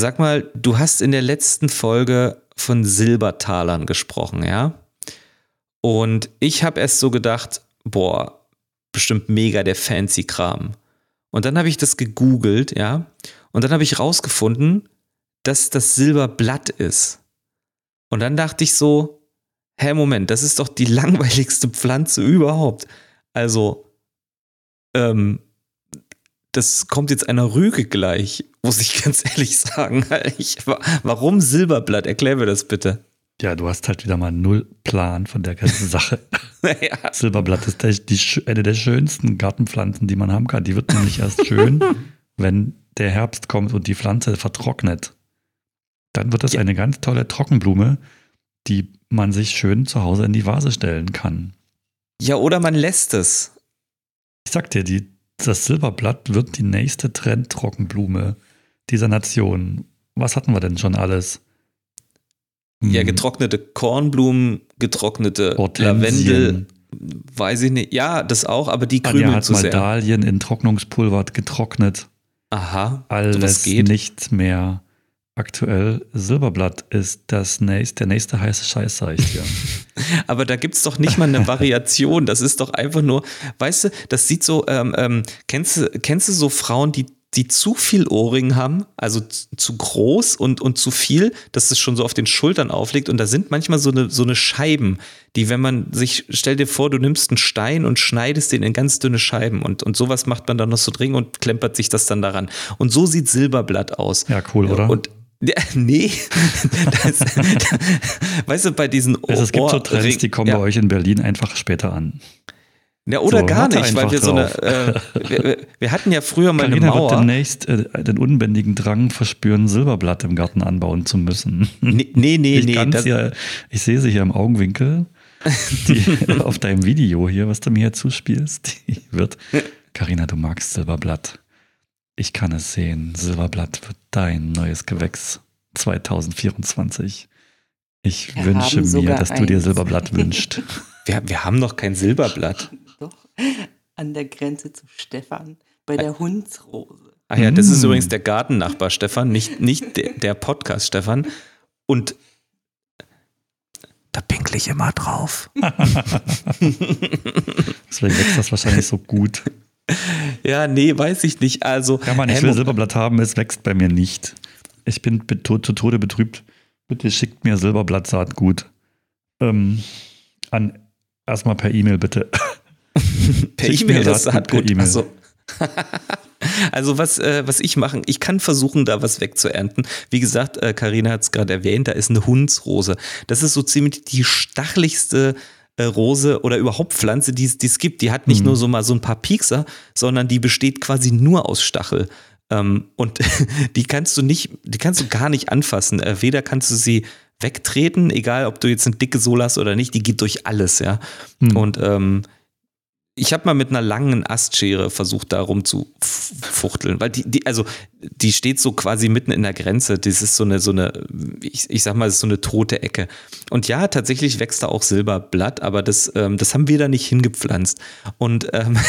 sag mal, du hast in der letzten Folge von Silbertalern gesprochen, ja? Und ich habe erst so gedacht, boah, bestimmt mega der fancy Kram. Und dann habe ich das gegoogelt, ja? Und dann habe ich rausgefunden, dass das Silberblatt ist. Und dann dachte ich so, hä, Moment, das ist doch die langweiligste Pflanze überhaupt. Also, das kommt jetzt einer Rüge gleich, muss ich ganz ehrlich sagen. Warum Silberblatt? Erklär mir das bitte. Ja, du hast halt wieder mal null Plan von der ganzen Sache. Ja. Silberblatt ist eine der schönsten Gartenpflanzen, die man haben kann. Die wird nämlich erst schön, wenn der Herbst kommt und die Pflanze vertrocknet. Dann wird das eine ganz tolle Trockenblume, die man sich schön zu Hause in die Vase stellen kann. Ja, oder man lässt es. Ich sag dir, das Silberblatt wird die nächste Trend-Trockenblume dieser Nation. Was hatten wir denn schon alles? Ja, getrocknete Kornblumen, getrocknete Hortensien. Lavendel, weiß ich nicht. Ja, das auch, aber die krümeln zu sehr. Dahlien in Trocknungspulver getrocknet. Aha, alles geht. Nicht mehr aktuell. Silberblatt ist der nächste heiße Scheiß, sag ich dir. Aber da gibt's doch nicht mal eine Variation. Das ist doch einfach nur, weißt du, das sieht so, kennst du so Frauen, die zu viel Ohrring haben, also zu groß und zu viel, dass es schon so auf den Schultern aufliegt, und da sind manchmal so eine Scheiben, die, wenn man sich, stell dir vor, du nimmst einen Stein und schneidest den in ganz dünne Scheiben, und sowas macht man dann noch so drin und klempert sich das dann daran. Und so sieht Silberblatt aus. Ja, cool, oder? Und nee, weißt du, bei diesen es gibt so Trends, die kommen bei euch in Berlin einfach später an. Ja, oder so, gar nicht, weil wir drauf. wir hatten ja früher mal Carina eine Mauer. Wird demnächst den unbändigen Drang verspüren, Silberblatt im Garten anbauen zu müssen. Nee. Ich sehe sie hier im Augenwinkel, auf deinem Video hier, was du mir hier zuspielst. Carina, du magst Silberblatt. Ich kann es sehen. Silberblatt wird dein neues Gewächs 2024. Ich wünsche mir, dass du dir Silberblatt wünschst. Wir haben noch kein Silberblatt. Doch, an der Grenze zu Stefan, bei der Hundsrose. Ach ja, das ist übrigens der Gartennachbar Stefan, nicht der Podcast Stefan. Und da pinkle ich immer drauf. Deswegen wächst das wahrscheinlich so gut. Ja, nee, weiß ich nicht. Also, ja, Mann, ich will Silberblatt haben, es wächst bei mir nicht. Ich bin zu Tode betrübt. Bitte schickt mir Silberblattsaatgut. Erstmal per E-Mail, bitte. Per E-Mail das Saatgut? Per e Also was ich mache, ich kann versuchen, da was wegzuernten. Wie gesagt, Carina hat es gerade erwähnt, da ist eine Hundsrose. Das ist so ziemlich die stacheligste Rose oder überhaupt Pflanze, die es gibt. Die hat nicht nur so mal so ein paar Piekser, sondern die besteht quasi nur aus Stachel. Und die kannst du gar nicht anfassen. Weder kannst du sie wegtreten, egal ob du jetzt eine dicke Sohle hast oder nicht, die geht durch alles, ja. Und ich habe mal mit einer langen Astschere versucht, da rumzufuchteln, weil die steht so quasi mitten in der Grenze. Das ist so eine, ich sag mal, das ist so eine tote Ecke. Und ja, tatsächlich wächst da auch Silberblatt, aber das haben wir da nicht hingepflanzt. Und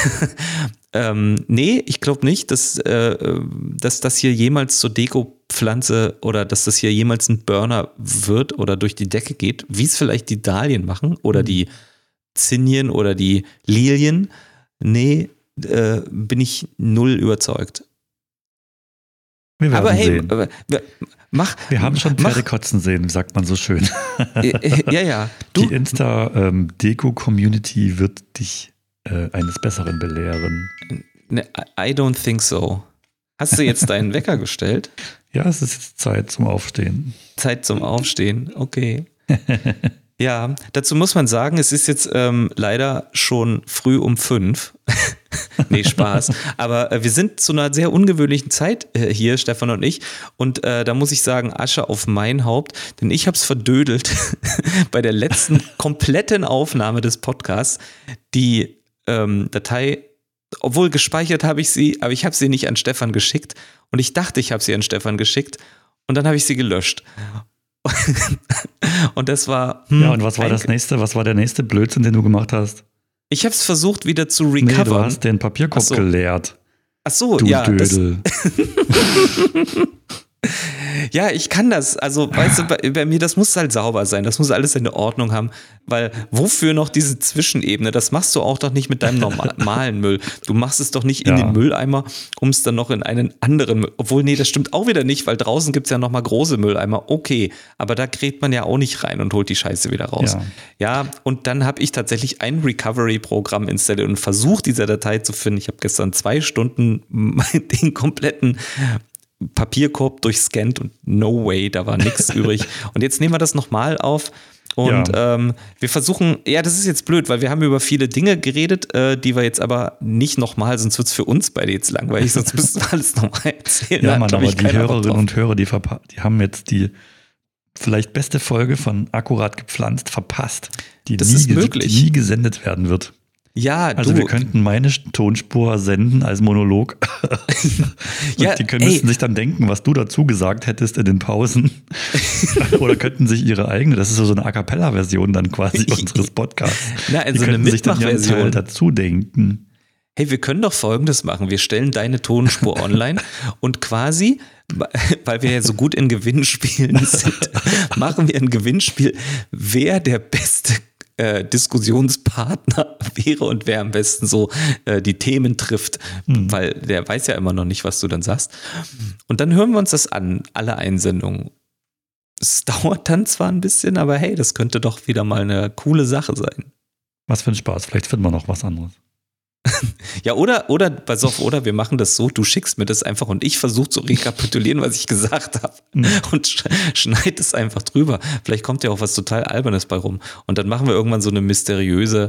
nee, ich glaube nicht, dass das hier jemals zur Dekopflanze oder dass das hier jemals ein Burner wird oder durch die Decke geht, wie es vielleicht die Dahlien machen oder die Zinien oder die Lilien. Nee, bin ich null überzeugt. Wir werden aber hey, sehen. Wir haben schon Pferde kotzen sehen, sagt man so schön. Ja. Die Insta-Deko-Community wird dich eines Besseren belehren. Ne, I don't think so. Hast du jetzt deinen Wecker gestellt? Ja, es ist jetzt Zeit zum Aufstehen. Zeit zum Aufstehen, okay. Ja, dazu muss man sagen, es ist jetzt leider schon früh um 5. Nee, Spaß. Aber wir sind zu einer sehr ungewöhnlichen Zeit hier, Stefan und ich. Und da muss ich sagen, Asche auf mein Haupt, denn ich habe es verdödelt bei der letzten kompletten Aufnahme des Podcasts. Die Datei, obwohl gespeichert habe ich sie, aber ich habe sie nicht an Stefan geschickt. Und ich dachte, ich habe sie an Stefan geschickt. Und dann habe ich sie gelöscht. Und das war. Ja, und was war das nächste? Was war der nächste Blödsinn, den du gemacht hast? Ich habe es versucht, wieder zu recovern. Nee, du hast den Papierkorb geleert. Ach so, du ja. Dödel. Ja, ich kann das. Also, weißt du, bei mir, das muss halt sauber sein. Das muss alles seine Ordnung haben. Weil, wofür noch diese Zwischenebene? Das machst du auch doch nicht mit deinem normalen Müll. Du machst es doch nicht in den Mülleimer, um es dann noch in einen anderen Müll. Obwohl, nee, das stimmt auch wieder nicht, weil draußen gibt es ja nochmal große Mülleimer. Okay, aber da gräbt man ja auch nicht rein und holt die Scheiße wieder raus. Ja, und dann habe ich tatsächlich ein Recovery-Programm installiert und versucht, diese Datei zu finden. Ich habe gestern 2 Stunden den kompletten Papierkorb durchscannt und no way, da war nichts übrig. Und jetzt nehmen wir das nochmal auf und wir versuchen, das ist jetzt blöd, weil wir haben über viele Dinge geredet, die wir jetzt aber nicht nochmal, sonst wird es für uns beide jetzt langweilig, sonst müssten wir alles nochmal erzählen. Ja, Mann, aber die Hörerinnen und Hörer, die haben jetzt die vielleicht beste Folge von Akkurat gepflanzt verpasst, die nie gesendet werden wird. Ja, also wir könnten meine Tonspur senden als Monolog. Und die müssten sich dann denken, was du dazu gesagt hättest in den Pausen. Oder könnten sich ihre eigene, das ist so eine A-Cappella-Version dann quasi unseres Podcasts. Na, also eine Mitmachversion dazu denken. Hey, wir können doch Folgendes machen. Wir stellen deine Tonspur online und quasi, weil wir ja so gut in Gewinnspielen sind, machen wir ein Gewinnspiel, wer der beste Diskussionspartner wäre und wer am besten so die Themen trifft, weil der weiß ja immer noch nicht, was du dann sagst. Und dann hören wir uns das an, alle Einsendungen. Es dauert dann zwar ein bisschen, aber hey, das könnte doch wieder mal eine coole Sache sein. Was für ein Spaß, vielleicht finden wir noch was anderes. Ja, oder, pass auf, oder wir machen das so, du schickst mir das einfach und ich versuche zu rekapitulieren, was ich gesagt habe und schneid es einfach drüber. Vielleicht kommt ja auch was total Albernes bei rum. Und dann machen wir irgendwann so eine mysteriöse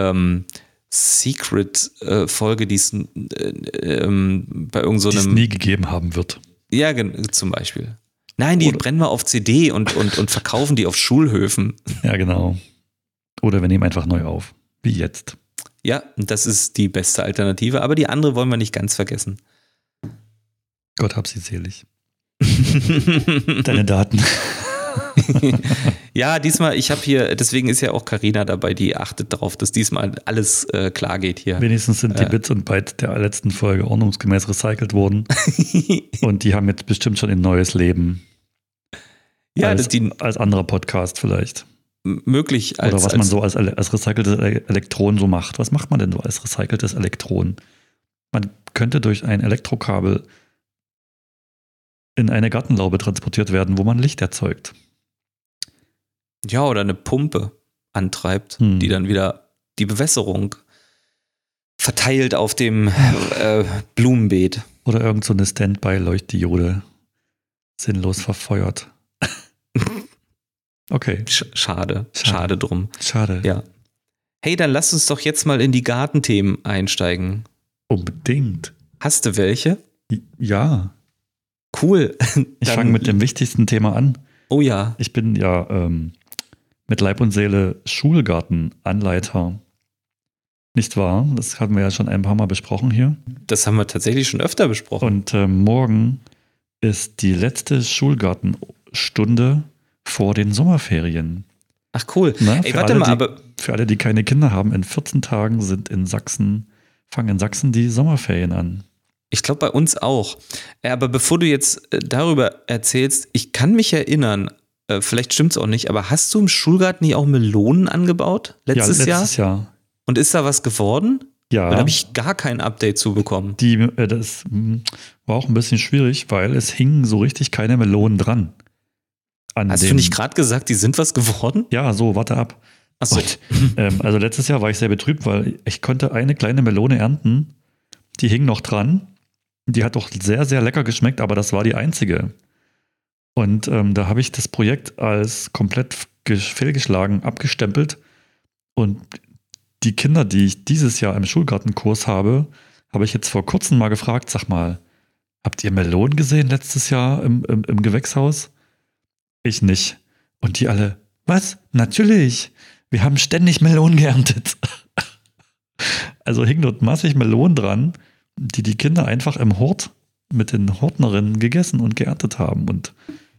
Secret-Folge, die es bei irgend so einem... Die es nie gegeben haben wird. Ja, zum Beispiel. Nein, die brennen wir auf CD und verkaufen die auf Schulhöfen. Ja, genau. Oder wir nehmen einfach neu auf, wie jetzt. Ja, das ist die beste Alternative, aber die andere wollen wir nicht ganz vergessen. Gott hab sie selig. Deine Daten. Ja, diesmal, ich habe hier, deswegen ist ja auch Carina dabei, die achtet darauf, dass diesmal alles klar geht hier. Wenigstens sind die Bits und Bytes der letzten Folge ordnungsgemäß recycelt worden. Und die haben jetzt bestimmt schon ein neues Leben. Ja, als anderer Podcast vielleicht. Möglich. Oder was man so als recyceltes Elektron so macht. Was macht man denn so als recyceltes Elektron? Man könnte durch ein Elektrokabel in eine Gartenlaube transportiert werden, wo man Licht erzeugt. Ja, oder eine Pumpe antreibt, die dann wieder die Bewässerung verteilt auf dem Blumenbeet. Oder irgend so eine Standby-Leuchtdiode sinnlos verfeuert. Okay. Schade drum. Schade. Ja. Hey, dann lass uns doch jetzt mal in die Gartenthemen einsteigen. Unbedingt. Hast du welche? Ja. Cool. Ich fange mit dem wichtigsten Thema an. Oh ja. Ich bin ja mit Leib und Seele Schulgartenanleiter. Nicht wahr? Das haben wir ja schon ein paar Mal besprochen hier. Das haben wir tatsächlich schon öfter besprochen. Und morgen ist die letzte Schulgartenstunde vor den Sommerferien. Ach cool. Ey, warte mal, aber für alle, die keine Kinder haben, in 14 Tagen fangen in Sachsen die Sommerferien an. Ich glaube bei uns auch. Aber bevor du jetzt darüber erzählst, ich kann mich erinnern, vielleicht stimmt es auch nicht, aber hast du im Schulgarten nicht auch Melonen angebaut? Letztes Jahr? Und ist da was geworden? Ja. Da habe ich gar kein Update zu bekommen. Das war auch ein bisschen schwierig, weil es hingen so richtig keine Melonen dran. Hast du nicht gerade gesagt, die sind was geworden? Ja, so, warte ab. Achso. Also letztes Jahr war ich sehr betrübt, weil ich konnte eine kleine Melone ernten, die hing noch dran. Die hat doch sehr, sehr lecker geschmeckt, aber das war die einzige. Und da habe ich das Projekt als komplett fehlgeschlagen abgestempelt. Und die Kinder, die ich dieses Jahr im Schulgartenkurs habe ich jetzt vor kurzem mal gefragt, sag mal, habt ihr Melonen gesehen letztes Jahr im Gewächshaus? Ich nicht. Und die alle, was? Natürlich. Wir haben ständig Melonen geerntet. Also hing dort massig Melonen dran, die Kinder einfach im Hort mit den Hortnerinnen gegessen und geerntet haben. Und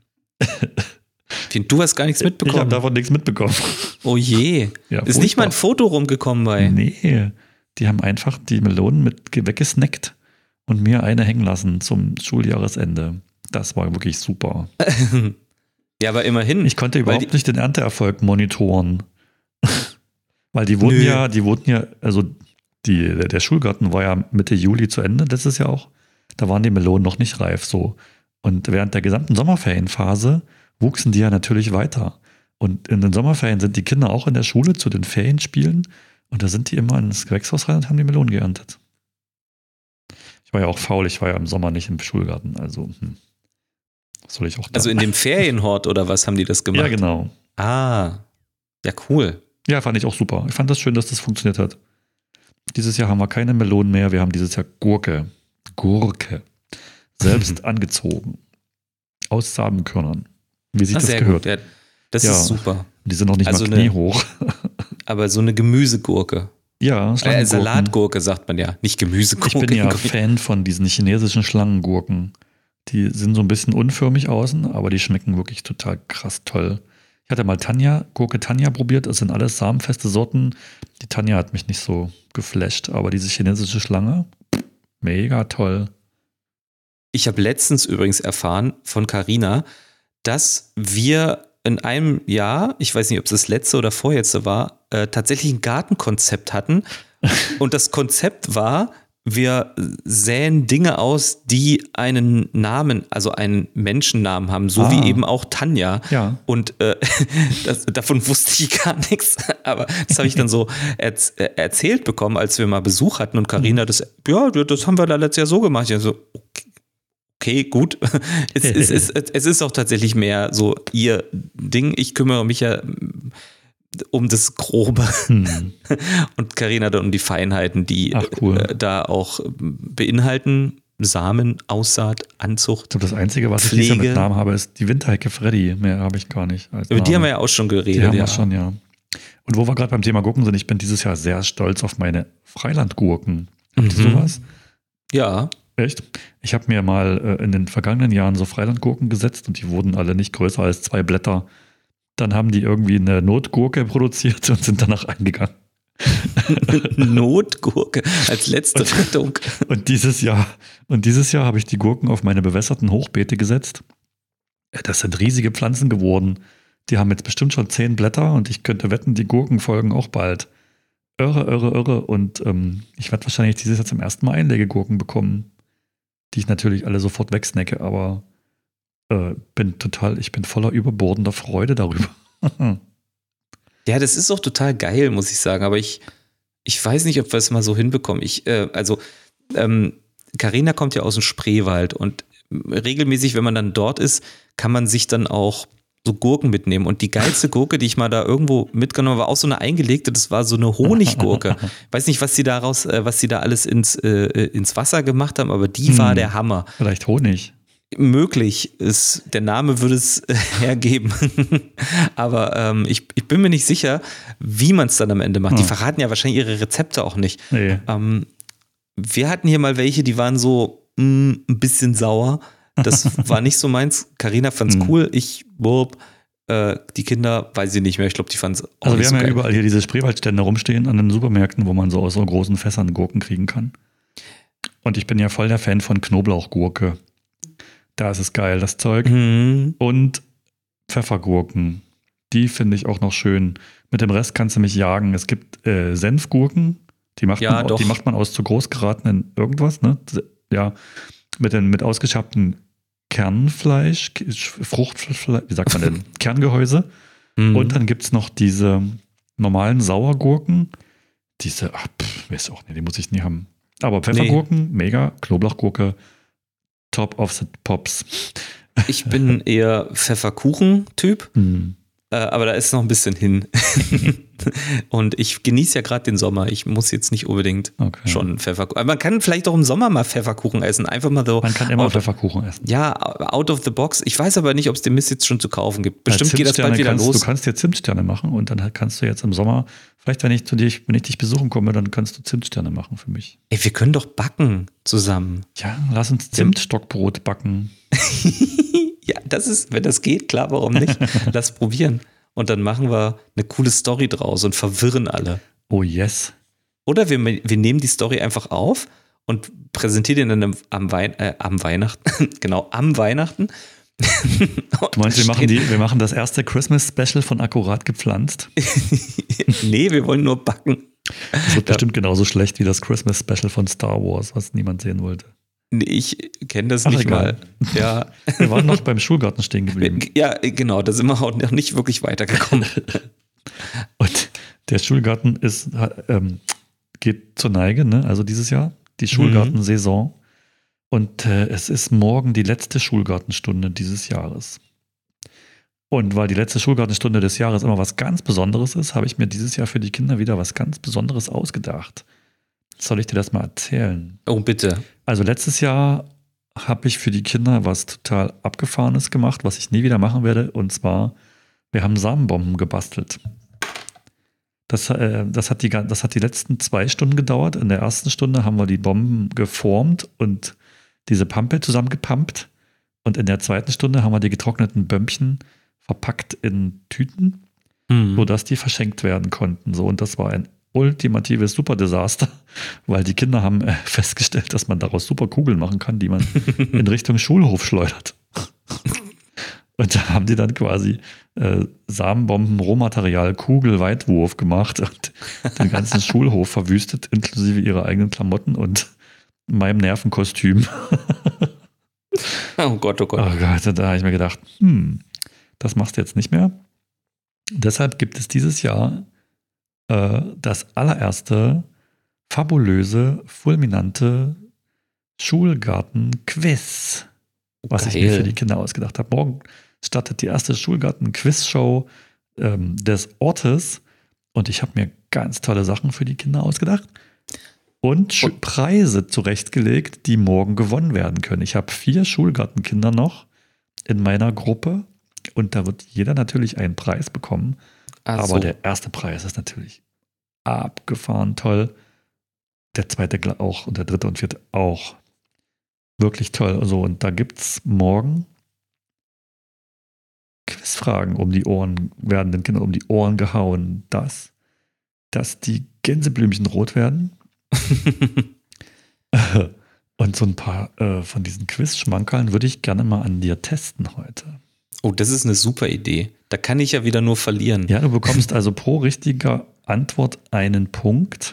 du hast gar nichts mitbekommen. Ich habe davon nichts mitbekommen. Oh je. Ja, ist nicht mal ein Foto rumgekommen bei? Nee. Die haben einfach die Melonen weggesnackt und mir eine hängen lassen zum Schuljahresende. Das war wirklich super. Ja, aber immerhin. Ich konnte überhaupt nicht den Ernteerfolg monitoren. Weil die wurden ja, also der Schulgarten war ja Mitte Juli zu Ende, letztes Jahr auch. Da waren die Melonen noch nicht reif so. Und während der gesamten Sommerferienphase wuchsen die ja natürlich weiter. Und in den Sommerferien sind die Kinder auch in der Schule zu den Ferienspielen. Und da sind die immer ins Gewächshaus rein und haben die Melonen geerntet. Ich war ja auch faul, ich war ja im Sommer nicht im Schulgarten. Also, was soll ich auch da? Also in dem Ferienhort oder was haben die das gemacht? Ja, genau. Ah, ja cool. Ja, fand ich auch super. Ich fand das schön, dass das funktioniert hat. Dieses Jahr haben wir keine Melonen mehr, wir haben dieses Jahr Gurke. Selbst angezogen. Aus Samenkörnern. Wie sich das gehört. Gut. Ja, das ist super. Die sind noch nicht mal kniehoch. Aber so eine Gemüsegurke. Ja, Salatgurke sagt man ja, nicht Gemüsegurke. Ich bin ja Fan von diesen chinesischen Schlangengurken. Die sind so ein bisschen unförmig außen, aber die schmecken wirklich total krass toll. Ich hatte mal Gurke Tanja probiert. Das sind alles samenfeste Sorten. Die Tanja hat mich nicht so geflasht, aber diese chinesische Schlange, mega toll. Ich habe letztens übrigens erfahren von Carina, dass wir in einem Jahr, ich weiß nicht, ob es das letzte oder vorletzte war, tatsächlich ein Gartenkonzept hatten. Und das Konzept war, wir säen Dinge aus, die einen Namen, also einen Menschennamen haben, so wie eben auch Tanja. Ja. Und davon wusste ich gar nichts. Aber das habe ich dann so erzählt bekommen, als wir mal Besuch hatten. Und Carina, das haben wir da letztes Jahr so gemacht. Ich so, okay, gut. Es ist auch tatsächlich mehr so ihr Ding. Ich kümmere mich ja um das Grobe und Carina dann um die Feinheiten, die da auch beinhalten. Samen, Aussaat, Anzucht. Ich glaube, das Einzige, was Pflege. Ich hier mit Namen habe, ist die Winterhecke Freddy. Mehr habe ich gar nicht. Über die haben wir ja auch schon geredet. Die haben wir schon, ja. Und wo wir gerade beim Thema Gurken sind, ich bin dieses Jahr sehr stolz auf meine Freilandgurken. Habt ihr sowas? Ja. Echt? Ich habe mir mal in den vergangenen Jahren so Freilandgurken gesetzt und die wurden alle nicht größer als 2 Blätter. Dann haben die irgendwie eine Notgurke produziert und sind danach eingegangen. Notgurke als letzte Rettung. Und dieses Jahr habe ich die Gurken auf meine bewässerten Hochbeete gesetzt. Das sind riesige Pflanzen geworden. Die haben jetzt bestimmt schon 10 Blätter und ich könnte wetten, die Gurken folgen auch bald. Irre. Und ich werde wahrscheinlich dieses Jahr zum ersten Mal Einlegegurken bekommen, die ich natürlich alle sofort wegsnacke, aber ich bin voller überbordender Freude darüber. Ja, das ist auch total geil, muss ich sagen, aber ich weiß nicht, ob wir es mal so hinbekommen. Carina kommt ja aus dem Spreewald und regelmäßig, wenn man dann dort ist, kann man sich dann auch so Gurken mitnehmen. Und die geilste Gurke, die ich mal da irgendwo mitgenommen habe, war auch so eine eingelegte, das war so eine Honiggurke. Weiß nicht, was sie da alles ins Wasser gemacht haben, aber die war der Hammer. Vielleicht Honig. Möglich ist, der Name würde es hergeben. Aber ich bin mir nicht sicher, wie man es dann am Ende macht. Die verraten ja wahrscheinlich ihre Rezepte auch nicht. Nee. Wir hatten hier mal welche, die waren so ein bisschen sauer. Das war nicht so meins. Carina fand es cool. Die Kinder, weiß ich nicht mehr. Ich glaube, die fanden es auch also nicht so geil. Wir haben ja überall hier diese Spreewaldstände rumstehen an den Supermärkten, wo man so aus so großen Fässern Gurken kriegen kann. Und ich bin ja voll der Fan von Knoblauchgurke. Da ist es geil, das Zeug. Und Pfeffergurken. Die finde ich auch noch schön. Mit dem Rest kannst du mich jagen. Es gibt Senfgurken. Die macht man aus zu groß geratenen irgendwas, ne? Ja, mit ausgeschabtem Kernfleisch, Fruchtfleisch, wie sagt man denn? Kerngehäuse. Und dann gibt es noch diese normalen Sauergurken. Weiß auch nicht, die muss ich nie haben. Aber Pfeffergurken, mega. Knoblauchgurke, top of the pops. Ich bin eher Pfefferkuchen-Typ. Aber da ist noch ein bisschen hin. Und ich genieße ja gerade den Sommer. Ich muss jetzt nicht unbedingt schon Pfefferkuchen. Aber man kann vielleicht auch im Sommer mal Pfefferkuchen essen. Einfach mal so. Man kann immer Pfefferkuchen essen. Ja, out of the box. Ich weiß aber nicht, ob es den Mist jetzt schon zu kaufen gibt. Bestimmt geht das bald wieder los. Du kannst dir Zimtsterne machen und dann kannst du jetzt im Sommer, vielleicht wenn ich dich besuchen komme, dann kannst du Zimtsterne machen für mich. Ey, wir können doch backen zusammen. Ja, lass uns Zimtstockbrot backen. Ja, wenn das geht, klar, warum nicht? Lass probieren. Und dann machen wir eine coole Story draus und verwirren alle. Oh yes. Oder wir nehmen die Story einfach auf und präsentiere den dann am Weihnachten, genau, am Weihnachten. Du meinst, wir machen das erste Christmas-Special von Akkurat gepflanzt? Nee, wir wollen nur backen. Das wird bestimmt genauso schlecht wie das Christmas-Special von Star Wars, was niemand sehen wollte. Nee, ich kenne das nicht egal. mal. Ja. Wir waren noch beim Schulgarten stehen geblieben. Ja, genau, da sind wir auch noch nicht wirklich weitergekommen. Und der Schulgarten geht zur Neige, ne? Also dieses Jahr, die Schulgartensaison. Und es ist morgen die letzte Schulgartenstunde dieses Jahres. Und weil die letzte Schulgartenstunde des Jahres immer was ganz Besonderes ist, habe ich mir dieses Jahr für die Kinder wieder was ganz Besonderes ausgedacht. Soll ich dir das mal erzählen? Oh, bitte. Also letztes Jahr habe ich für die Kinder was total Abgefahrenes gemacht, was ich nie wieder machen werde. Und zwar, wir haben Samenbomben gebastelt. Das hat die letzten 2 Stunden gedauert. In der ersten Stunde haben wir die Bomben geformt und diese Pampe zusammengepumpt. Und in der zweiten Stunde haben wir die getrockneten Bömmchen verpackt in Tüten, sodass die verschenkt werden konnten. So, und das war ein ultimatives Superdesaster, weil die Kinder haben festgestellt, dass man daraus super Kugeln machen kann, die man in Richtung Schulhof schleudert. Und da haben die dann quasi Samenbomben, Rohmaterial, Kugelweitwurf gemacht und den ganzen Schulhof verwüstet, inklusive ihrer eigenen Klamotten und meinem Nervenkostüm. Oh Gott, oh Gott. Oh Gott, da habe ich mir gedacht, das machst du jetzt nicht mehr. Deshalb gibt es dieses Jahr das allererste fabulöse, fulminante Schulgarten-Quiz, was ich mir für die Kinder ausgedacht habe. Morgen startet die erste Schulgarten-Quiz-Show des Ortes und ich habe mir ganz tolle Sachen für die Kinder ausgedacht und Preise zurechtgelegt, die morgen gewonnen werden können. Ich habe 4 Schulgartenkinder noch in meiner Gruppe und da wird jeder natürlich einen Preis bekommen. Aber der erste Preis ist natürlich abgefahren toll. Der zweite auch und der dritte und vierte auch. Wirklich toll. Also, und da gibt es morgen Quizfragen um die Ohren, werden den Kindern um die Ohren gehauen, dass die Gänseblümchen rot werden. Und so ein paar von diesen Quiz-Schmankerln würde ich gerne mal an dir testen heute. Oh, das ist eine super Idee. Da kann ich ja wieder nur verlieren. Ja, du bekommst also pro richtiger Antwort einen Punkt.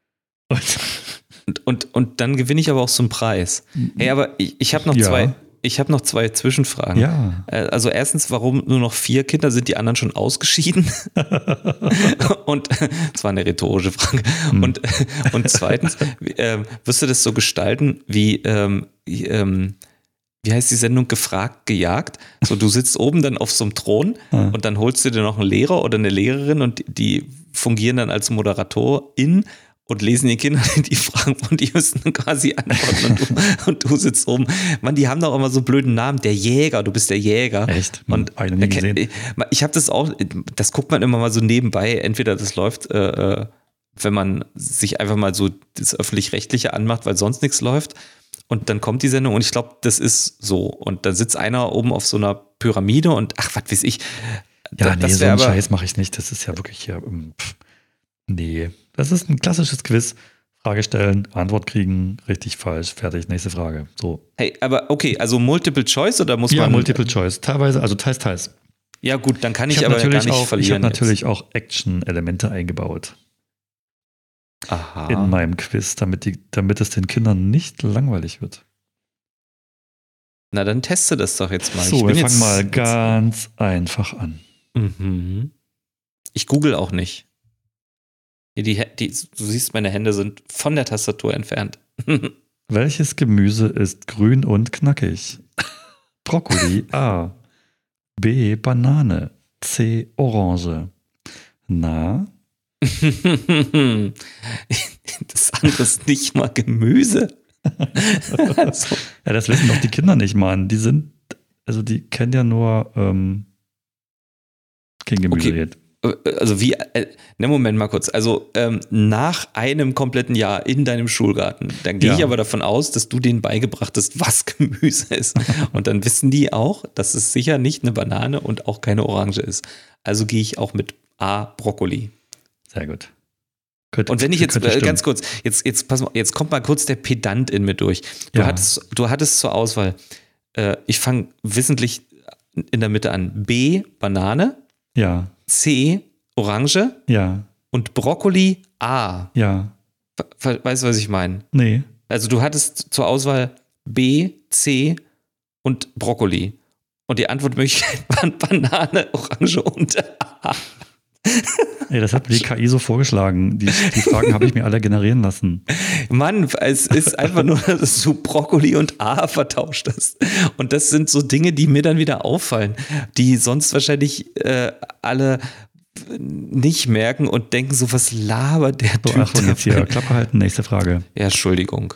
Und dann gewinne ich aber auch so einen Preis. Hey, aber ich habe noch zwei. Ich habe noch 2 Zwischenfragen. Ja. Also erstens, warum nur noch 4 Kinder? Sind die anderen schon ausgeschieden? Und das war eine rhetorische Frage. Und zweitens, wirst du das so gestalten wie heißt die Sendung, gefragt, gejagt? So, du sitzt oben dann auf so einem Thron und dann holst du dir noch einen Lehrer oder eine Lehrerin und die fungieren dann als Moderatorin und lesen den Kindern die Fragen und die müssen dann quasi antworten und du sitzt oben. Mann, die haben doch immer so blöden Namen. Der Jäger, du bist der Jäger. Echt? Und ich habe das auch, das guckt man immer mal so nebenbei. Entweder das läuft, wenn man sich einfach mal so das Öffentlich-Rechtliche anmacht, weil sonst nichts läuft. Und dann kommt die Sendung und ich glaube, das ist so. Und dann sitzt einer oben auf so einer Pyramide und ach, was weiß ich. Ja, nee, so einen Scheiß mache ich nicht. Das ist ja wirklich hier, nee. Das ist ein klassisches Quiz. Frage stellen, Antwort kriegen, richtig, falsch, fertig, nächste Frage. So. Hey, aber okay, also Multiple Choice oder muss man... Ja, Multiple Choice, teilweise, also teils. Ja gut, dann kann ich aber gar nicht verlieren. Ich habe natürlich auch Action-Elemente eingebaut. Aha. In meinem Quiz, damit es den Kindern nicht langweilig wird. Na, dann teste das doch jetzt mal. So, wir fangen mal ganz einfach an. Mhm. Ich google auch nicht. Du siehst, meine Hände sind von der Tastatur entfernt. Welches Gemüse ist grün und knackig? Brokkoli A. B. Banane. C. Orange. Na? Das andere ist nicht mal Gemüse. Also. Ja, das wissen doch die Kinder nicht, Mann. Die kennen ja nur kein Gemüse. Okay. Also Moment mal kurz. Also nach einem kompletten Jahr in deinem Schulgarten, dann gehe ich aber davon aus, dass du denen beigebracht hast, was Gemüse ist. Und dann wissen die auch, dass es sicher nicht eine Banane und auch keine Orange ist. Also gehe ich auch mit A, Brokkoli. Sehr gut. Und wenn ich jetzt ganz kurz, jetzt pass mal, jetzt kommt mal kurz der Pedant in mir durch. Du hattest zur Auswahl, ich fange wissentlich in der Mitte an. B, Banane. Ja. C, Orange. Ja. Und Brokkoli A. Ja. Weißt du, was ich meine? Nee. Also du hattest zur Auswahl B, C und Brokkoli. Und die Antwortmöglichkeiten waren Banane, Orange und A. Ey, das hat die KI so vorgeschlagen. Die Fragen habe ich mir alle generieren lassen. Mann, es ist einfach nur, dass du Brokkoli und A vertauscht hast. Und das sind so Dinge, die mir dann wieder auffallen, die sonst wahrscheinlich alle nicht merken und denken so, was labert der Typ? Ach, und jetzt hier Klappe halten, nächste Frage. Ja, Entschuldigung.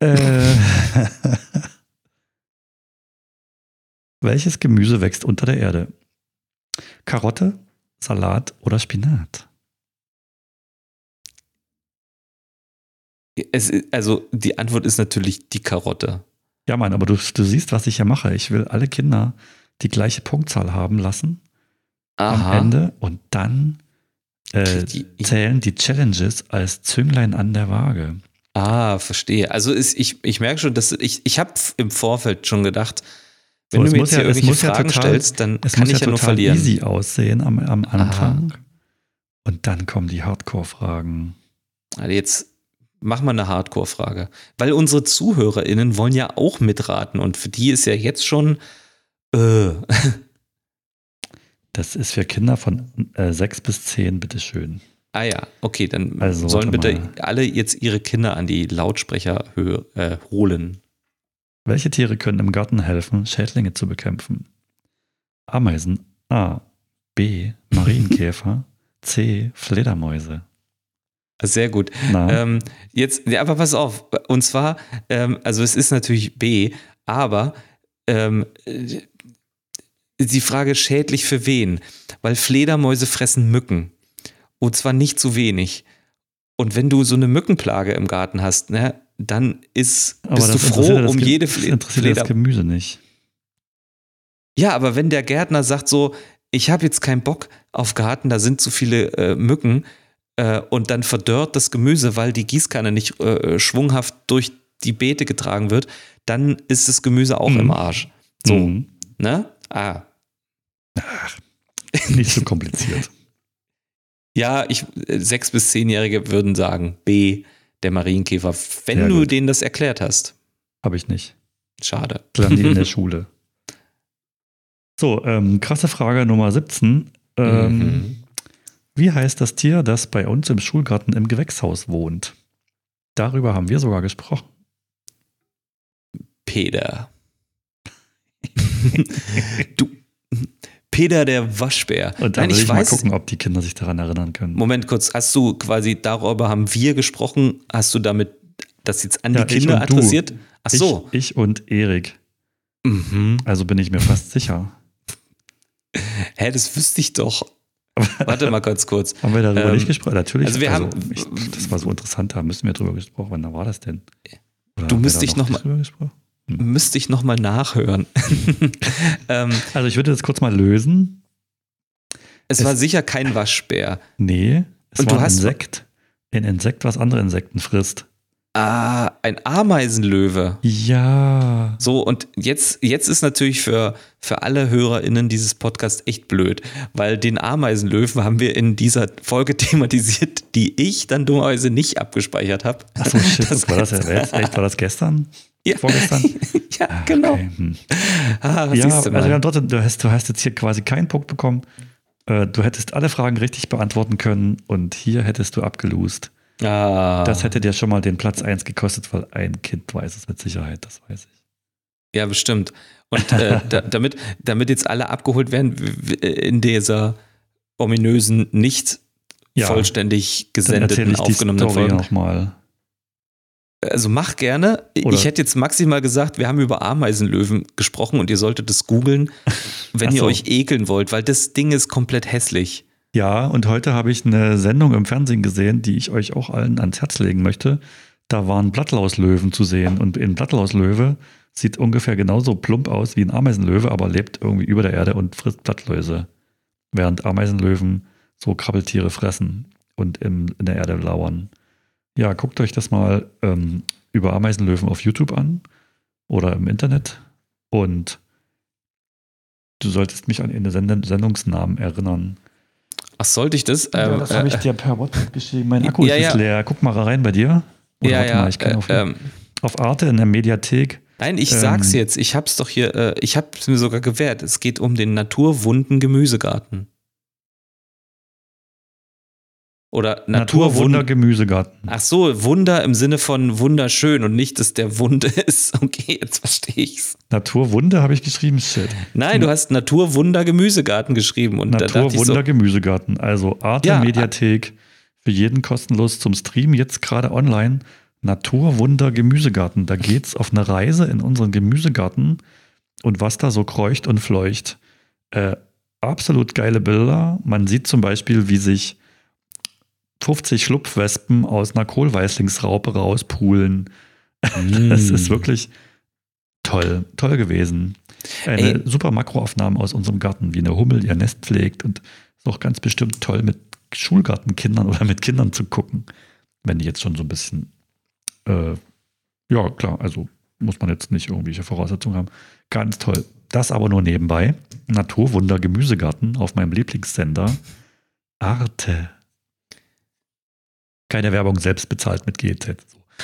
Welches Gemüse wächst unter der Erde? Karotte, Salat oder Spinat? Also die Antwort ist natürlich die Karotte. Ja, Mann, aber du siehst, was ich ja mache. Ich will alle Kinder die gleiche Punktzahl haben lassen. Am Ende und dann zählen die Challenges als Zünglein an der Waage. Verstehe. Also ich merke schon, dass ich habe im Vorfeld schon gedacht, wenn du mir jetzt hier irgendwelche Fragen stellst, dann kann ich ja nur verlieren. Es muss ja total easy aussehen am Anfang. Und dann kommen die Hardcore-Fragen. Also jetzt mach mal eine Hardcore-Frage. Weil unsere ZuhörerInnen wollen ja auch mitraten und für die ist ja jetzt schon Das ist für Kinder von 6 bis 10, bitteschön. Ah ja, okay, dann sollen bitte alle jetzt ihre Kinder an die Lautsprecher holen. Welche Tiere können im Garten helfen, Schädlinge zu bekämpfen? Ameisen, A. B. Marienkäfer, C. Fledermäuse. Sehr gut. Jetzt, ja, aber pass auf. Und zwar, also es ist natürlich B, aber die Frage schädlich für wen? Weil Fledermäuse fressen Mücken. Und zwar nicht zu wenig. Und wenn du so eine Mückenplage im Garten hast, ne, dann bist du froh um jede Fledermaus. Interessiert das Gemüse nicht. Ja, aber wenn der Gärtner sagt so, ich habe jetzt keinen Bock auf Garten, da sind zu viele Mücken und dann verdörrt das Gemüse, weil die Gießkanne nicht schwunghaft durch die Beete getragen wird, dann ist das Gemüse auch im Arsch. So, ne? Ach, nicht so kompliziert. Ja, 6- bis 10-Jährige würden sagen, B, der Marienkäfer, wenn du denen das erklärt hast. Habe ich nicht. Schade. Lernen die in der Schule. So, krasse Frage Nummer 17. Wie heißt das Tier, das bei uns im Schulgarten im Gewächshaus wohnt? Darüber haben wir sogar gesprochen. Peter. Peter der Waschbär. Und dann will ich mal gucken, ob die Kinder sich daran erinnern können. Moment kurz, hast du quasi, darüber haben wir gesprochen, hast du damit das jetzt an die Kinder adressiert? Ach so. Ich und Erik. Also bin ich mir fast sicher. Hä, das wüsste ich doch. Warte mal ganz kurz. Haben wir darüber nicht gesprochen? Natürlich. Also das war so interessant, da müssen wir drüber gesprochen. Wann war das denn? Oder müsste ich nochmal nachhören. Also ich würde das kurz mal lösen. Es war sicher kein Waschbär. Nee, es war ein Insekt. Ein Insekt, was andere Insekten frisst. Ein Ameisenlöwe. Ja. So, und jetzt ist natürlich für alle HörerInnen dieses Podcasts echt blöd, weil den Ameisenlöwen haben wir in dieser Folge thematisiert, die ich dann dummerweise nicht abgespeichert habe. Achso, shit, war das war das gestern? Ja. Vorgestern? Ja, genau. Okay. Also wir haben trotzdem, du hast jetzt hier quasi keinen Punkt bekommen. Du hättest alle Fragen richtig beantworten können und hier hättest du abgelost. Das hätte dir schon mal den Platz 1 gekostet, weil ein Kind weiß es mit Sicherheit, das weiß ich. Ja, bestimmt. Und damit jetzt alle abgeholt werden in dieser ominösen, nicht vollständig gesendeten, aufgenommenen Folge. Nochmal. Also mach gerne. Ich hätte jetzt maximal gesagt, wir haben über Ameisenlöwen gesprochen und ihr solltet es googeln, wenn ihr euch ekeln wollt, weil das Ding ist komplett hässlich. Ja, und heute habe ich eine Sendung im Fernsehen gesehen, die ich euch auch allen ans Herz legen möchte. Da waren Blattlauslöwen zu sehen und ein Blattlauslöwe sieht ungefähr genauso plump aus wie ein Ameisenlöwe, aber lebt irgendwie über der Erde und frisst Blattläuse, während Ameisenlöwen so Krabbeltiere fressen. und in der Erde lauern. Ja, guckt euch das mal über Ameisenlöwen auf YouTube an oder im Internet und du solltest mich an den Sendungsnamen erinnern. Ach, sollte ich das? Ja, das habe ich dir per WhatsApp geschrieben. Mein Akku ist leer. Guck mal rein bei dir. Oder warte mal, ich kann auf Arte in der Mediathek. Nein, ich sag's jetzt. Ich hab's doch hier, ich hab's mir sogar gewährt. Es geht um den Naturwunden Gemüsegarten. Oder Naturwunder Gemüsegarten. Ach so, Wunder im Sinne von wunderschön und nicht, dass der Wunde ist. Okay, jetzt verstehe ich's. Naturwunder habe ich geschrieben, shit. Nein, du hast Naturwunder Gemüsegarten geschrieben. Und Naturwunder Gemüsegarten. Also Arte Mediathek für jeden kostenlos zum Stream, jetzt gerade online. Naturwunder Gemüsegarten. Da geht's auf eine Reise in unseren Gemüsegarten und was da so kreucht und fleucht. Absolut geile Bilder. Man sieht zum Beispiel, wie sich 50 Schlupfwespen aus einer Kohlweißlingsraupe rauspulen. Das ist wirklich toll gewesen. Eine super Makroaufnahme aus unserem Garten, wie eine Hummel ihr Nest pflegt und ist auch ganz bestimmt toll mit Schulgartenkindern oder mit Kindern zu gucken, wenn die jetzt schon so ein bisschen ja klar, also muss man jetzt nicht irgendwelche Voraussetzungen haben. Ganz toll. Das aber nur nebenbei. Naturwunder Gemüsegarten auf meinem Lieblingssender Arte. Keine Werbung, selbst bezahlt mit GEZ.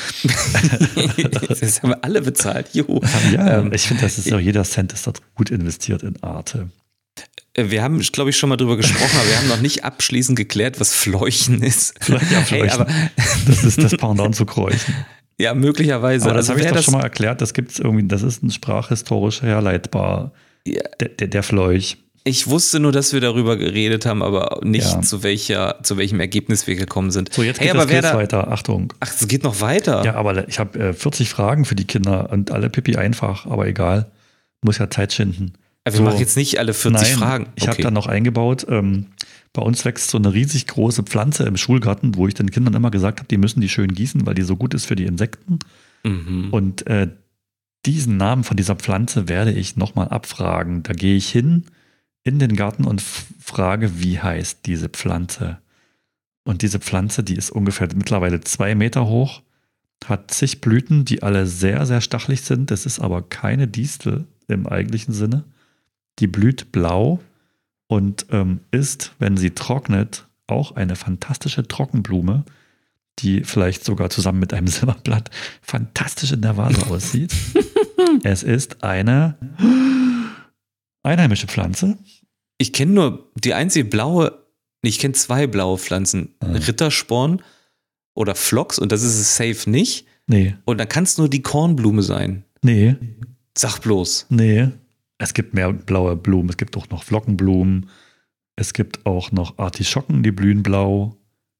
Das haben wir alle bezahlt. Juhu. Ja, ich finde, das ist auch jeder Cent ist dort gut investiert in Arte. Wir haben, glaube ich, schon mal drüber gesprochen, aber wir haben noch nicht abschließend geklärt, was Fleuchen ist. Vielleicht ja, Fleuchen. Hey, das ist das Pendant zu Kräuchen. Ja, möglicherweise. Aber das habe ich doch schon mal erklärt. Das gibt's irgendwie. Das ist ein sprachhistorisch herleitbar. Ja. Der Fleuch. Ich wusste nur, dass wir darüber geredet haben, aber nicht zu welchem Ergebnis wir gekommen sind. So, jetzt geht das Quiz weiter. Achtung. Ach, es geht noch weiter? Ja, aber ich habe 40 Fragen für die Kinder und alle Pipi einfach, aber egal. Muss ja Zeit schinden. Also wir machen jetzt nicht alle 40 Fragen. Ich habe da noch eingebaut, bei uns wächst so eine riesig große Pflanze im Schulgarten, wo ich den Kindern immer gesagt habe, die müssen die schön gießen, weil die so gut ist für die Insekten. Mhm. Und diesen Namen von dieser Pflanze werde ich nochmal abfragen. Da gehe ich hin in den Garten und frage, wie heißt diese Pflanze? Und diese Pflanze, die ist ungefähr mittlerweile 2 Meter hoch, hat zig Blüten, die alle sehr, sehr stachelig sind. Das ist aber keine Distel im eigentlichen Sinne. Die blüht blau und ist, wenn sie trocknet, auch eine fantastische Trockenblume, die vielleicht sogar zusammen mit einem Silberblatt fantastisch in der Vase aussieht. Es ist eine einheimische Pflanze. Ich kenne nur die einzige blaue, ich kenne 2 blaue Pflanzen. Rittersporn oder Phlox und das ist es safe nicht. Nee. Und dann kann es nur die Kornblume sein. Nee. Sag bloß. Nee. Es gibt mehr blaue Blumen. Es gibt auch noch Flockenblumen. Es gibt auch noch Artischocken, die blühen blau.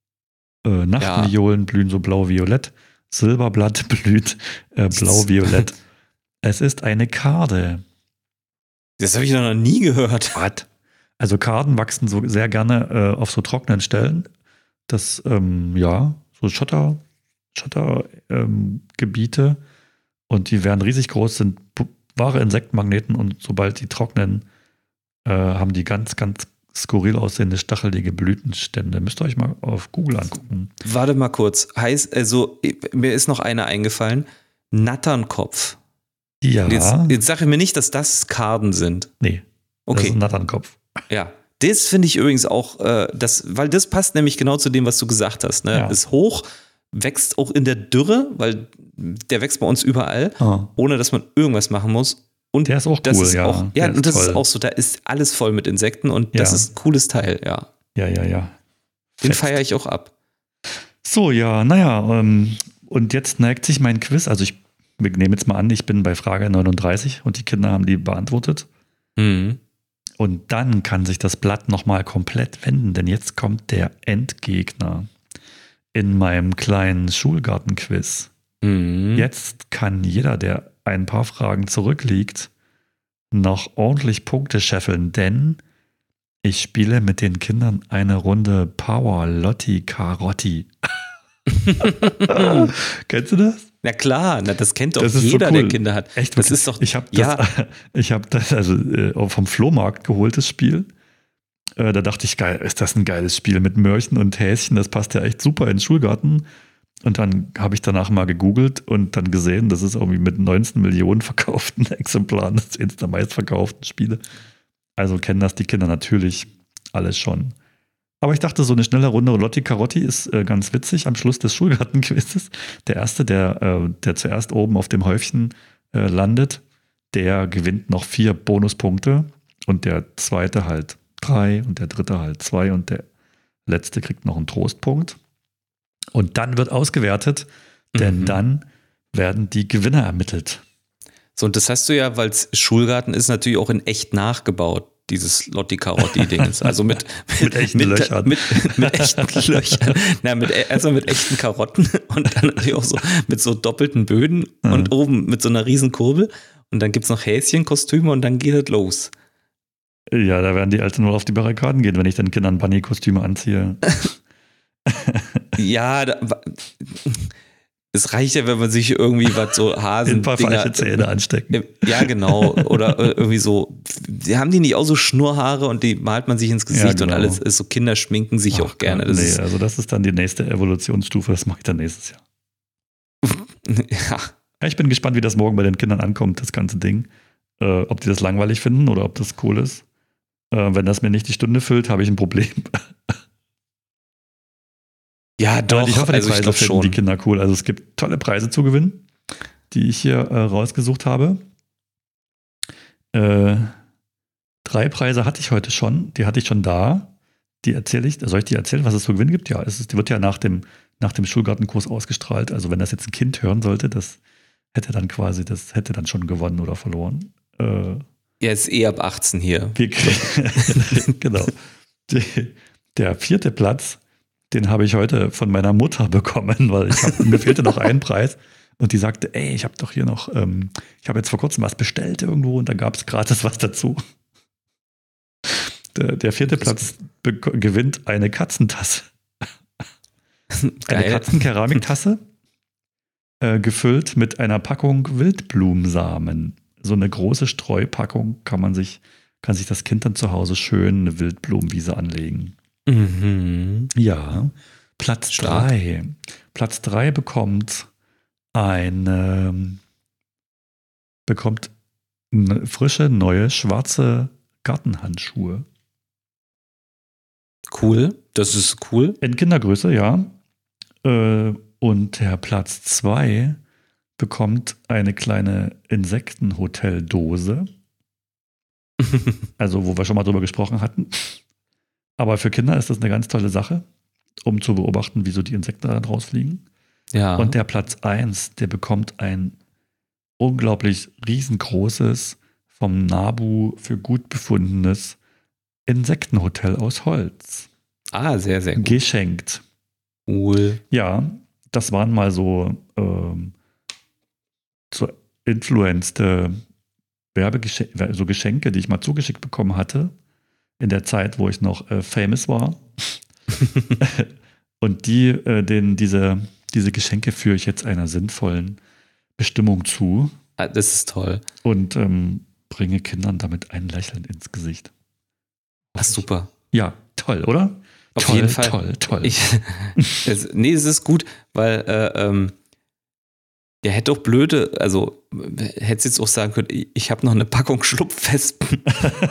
Nachtviolen blühen so blau-violett. Silberblatt blüht blau-violett. Es ist eine Karde. Das habe ich noch nie gehört. Was? Also Karden wachsen so sehr gerne auf so trockenen Stellen. Das, so Schottergebiete. Und die werden riesig groß, sind wahre Insektenmagneten und sobald die trocknen, haben die ganz, ganz skurril aussehende stachelige Blütenstände. Müsst ihr euch mal auf Google angucken. Warte mal kurz. Mir ist noch eine eingefallen. Natternkopf. Ja. Jetzt sage ich mir nicht, dass das Karden sind. Nee. Okay. Das ist ein Natternkopf. Ja. Das finde ich übrigens auch, weil das passt nämlich genau zu dem, was du gesagt hast. Ne? Ja. Ist hoch, wächst auch in der Dürre, weil der wächst bei uns überall, ohne dass man irgendwas machen muss. Und der ist auch das cool, ist ja. Auch, ja, und das ist auch so, da ist alles voll mit Insekten und das ist ein cooles Teil, ja. Ja. Den feiere ich auch ab. So, ja, und jetzt neigt sich mein Quiz, also wir nehmen jetzt mal an, ich bin bei Frage 39 und die Kinder haben die beantwortet. Mhm. Und dann kann sich das Blatt nochmal komplett wenden, denn jetzt kommt der Endgegner in meinem kleinen Schulgartenquiz. Mhm. Jetzt kann jeder, der ein paar Fragen zurückliegt, noch ordentlich Punkte scheffeln, denn ich spiele mit den Kindern eine Runde Power Lotti Carotti. Kennst du das? Na klar, das kennt doch das jeder, so cool. der Kinder hat. Echt, das ist doch. Ich habe das also vom Flohmarkt geholt, das Spiel. Da dachte ich, geil, ist das ein geiles Spiel mit Möhrchen und Häschen, das passt ja echt super in den Schulgarten. Und dann habe ich danach mal gegoogelt und dann gesehen, das ist irgendwie mit 19 Millionen verkauften Exemplaren das eines der meistverkauften Spiele. Also kennen das die Kinder natürlich alles schon. Aber ich dachte, so eine schnelle Runde Lotti Carotti ist ganz witzig am Schluss des Schulgartenquizzes. Der Erste, der zuerst oben auf dem Häufchen landet, der gewinnt noch 4 Bonuspunkte und der Zweite halt 3 und der Dritte halt 2 und der Letzte kriegt noch einen Trostpunkt. Und dann wird ausgewertet, denn dann werden die Gewinner ermittelt. So, und das hast du ja, weil es Schulgarten ist, natürlich auch in echt nachgebaut, dieses Lotti-Carotti-Ding. Also mit echten Löchern. Mit echten Löchern. Na, also mit echten Karotten und dann natürlich auch so mit so doppelten Böden und oben mit so einer riesen Kurbel. Und dann gibt es noch Häschenkostüme und dann geht es los. Ja, da werden die Eltern wohl auf die Barrikaden gehen, wenn ich den Kindern Bunny-Kostüme anziehe. Ja, es reicht ja, wenn man sich irgendwie was so Hasen. Ein paar falsche Zähne anstecken. Ja, genau. Oder irgendwie so. Haben die nicht auch so Schnurrhaare und die malt man sich ins Gesicht ja, genau. Und alles ist so. Kinder schminken sich auch gerne. Das also das ist dann die nächste Evolutionsstufe, das mache ich dann nächstes Jahr. Ja. Ich bin gespannt, wie das morgen bei den Kindern ankommt, das ganze Ding. Ob die das langweilig finden oder ob das cool ist. Wenn das mir nicht die Stunde füllt, habe ich ein Problem. Ja, doch. Ich hoffe, die Preise finden schon. Die Kinder cool. Also es gibt tolle Preise zu gewinnen, die ich hier rausgesucht habe. 3 Preise hatte ich heute schon. Die hatte ich schon da. Die erzähle ich. Soll ich die erzählen, was es zu gewinnen gibt? Ja, die wird ja nach dem Schulgartenkurs ausgestrahlt. Also wenn das jetzt ein Kind hören sollte, das hätte dann schon gewonnen oder verloren. Ja, ist eh ab 18 hier. Genau. Der 4. Platz, den habe ich heute von meiner Mutter bekommen, weil mir fehlte noch ein Preis. Und die sagte, ey, ich habe doch hier noch, ich habe jetzt vor kurzem was bestellt irgendwo und da gab es gratis was dazu. Der 4. Platz gewinnt eine Katzentasse. Eine Katzenkeramiktasse, gefüllt mit einer Packung Wildblumensamen. So eine große Streupackung kann sich das Kind dann zu Hause schön eine Wildblumenwiese anlegen. Mhm. Ja, Platz 3. Platz 3 bekommt frische, neue, schwarze Gartenhandschuhe. Cool, das ist cool. In Kindergröße, ja. Und der Platz 2 bekommt eine kleine Insektenhoteldose. Also, wo wir schon mal drüber gesprochen hatten. Aber für Kinder ist das eine ganz tolle Sache, um zu beobachten, wie so die Insekten da rausfliegen. Ja. Und der Platz 1, der bekommt ein unglaublich riesengroßes, vom NABU für gut befundenes Insektenhotel aus Holz. Ah, sehr, sehr gut. Geschenkt. Cool. Ja, das waren mal so influenced so Geschenke, die ich mal zugeschickt bekommen hatte, in der Zeit, wo ich noch famous war. Und diese Geschenke führe ich jetzt einer sinnvollen Bestimmung zu. Ah, das ist toll. Und bringe Kindern damit ein Lächeln ins Gesicht. Ach, super. Ja, toll, oder? Auf toll, jeden Fall. Toll. Es ist gut, weil ja, hätte auch blöde, also hätte jetzt auch sagen können, ich habe noch eine Packung Schlupfwespen.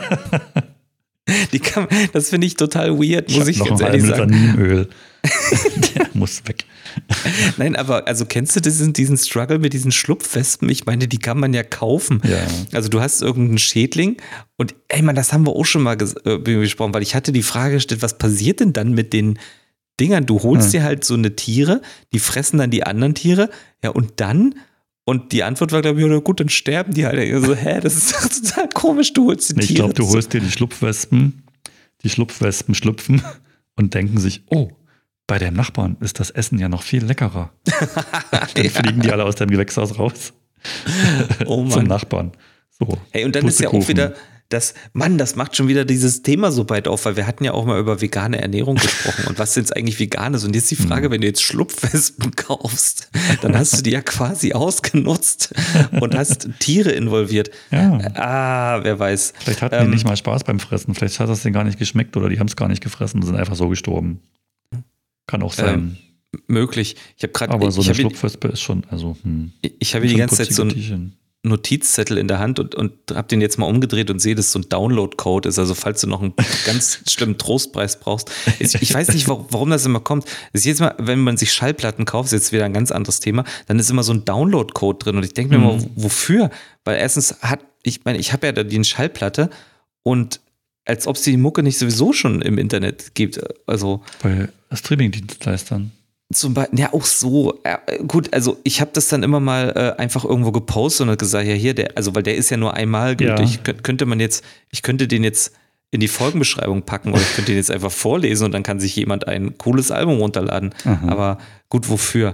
Das finde ich total weird, muss ich ganz ehrlich sagen. Saninöl. Der muss weg. Nein, aber also kennst du diesen Struggle mit diesen Schlupfwespen? Ich meine, die kann man ja kaufen. Ja. Also du hast irgendeinen Schädling und ey Mann, das haben wir auch schon mal besprochen, weil ich hatte die Frage gestellt, was passiert denn dann mit den Dingern? Du holst dir halt so eine Tiere, die fressen dann die anderen Tiere, ja und dann? Und die Antwort war, glaube ich, oder gut, dann sterben die halt. So, das ist doch total komisch, du holst die Tiere. Ich glaube, du holst dir die Schlupfwespen schlüpfen und denken sich, oh, bei dem Nachbarn ist das Essen ja noch viel leckerer. Dann fliegen die alle aus deinem Gewächshaus raus. Oh Mann. Zum Nachbarn. So, hey, und dann ist ja auch wieder das macht schon wieder dieses Thema so weit auf, weil wir hatten ja auch mal über vegane Ernährung gesprochen und was sind jetzt eigentlich Veganes? Und jetzt die Frage, wenn du jetzt Schlupfwespen kaufst, dann hast du die ja quasi ausgenutzt und hast Tiere involviert. Ja. Wer weiß. Vielleicht hatten die nicht mal Spaß beim Fressen, vielleicht hat das denen gar nicht geschmeckt oder die haben es gar nicht gefressen und sind einfach so gestorben. Kann auch sein. Möglich. Ich habe gerade. Aber so eine Schlupfwespe ist schon, also. Ich habe die ganze Zeit so ein Notizzettel in der Hand und habe den jetzt mal umgedreht und sehe, dass so ein Download-Code ist. Also falls du noch einen ganz schlimmen Trostpreis brauchst. Ich weiß nicht, warum das immer kommt. Das ist jetzt mal, wenn man sich Schallplatten kauft, ist jetzt wieder ein ganz anderes Thema, dann ist immer so ein Download-Code drin. Und ich denke mir mal, wofür? Weil erstens ich habe ja da die Schallplatte und als ob es die Mucke nicht sowieso schon im Internet gibt. Also bei Streaming-Dienstleistern. Zum Beispiel, ja, auch so. Gut, also ich habe das dann immer mal einfach irgendwo gepostet und gesagt, ja, hier, weil der ist ja nur einmal gültig. Ja. Ich könnte den jetzt in die Folgenbeschreibung packen oder ich könnte den jetzt einfach vorlesen und dann kann sich jemand ein cooles Album runterladen. Aha. Aber gut, wofür?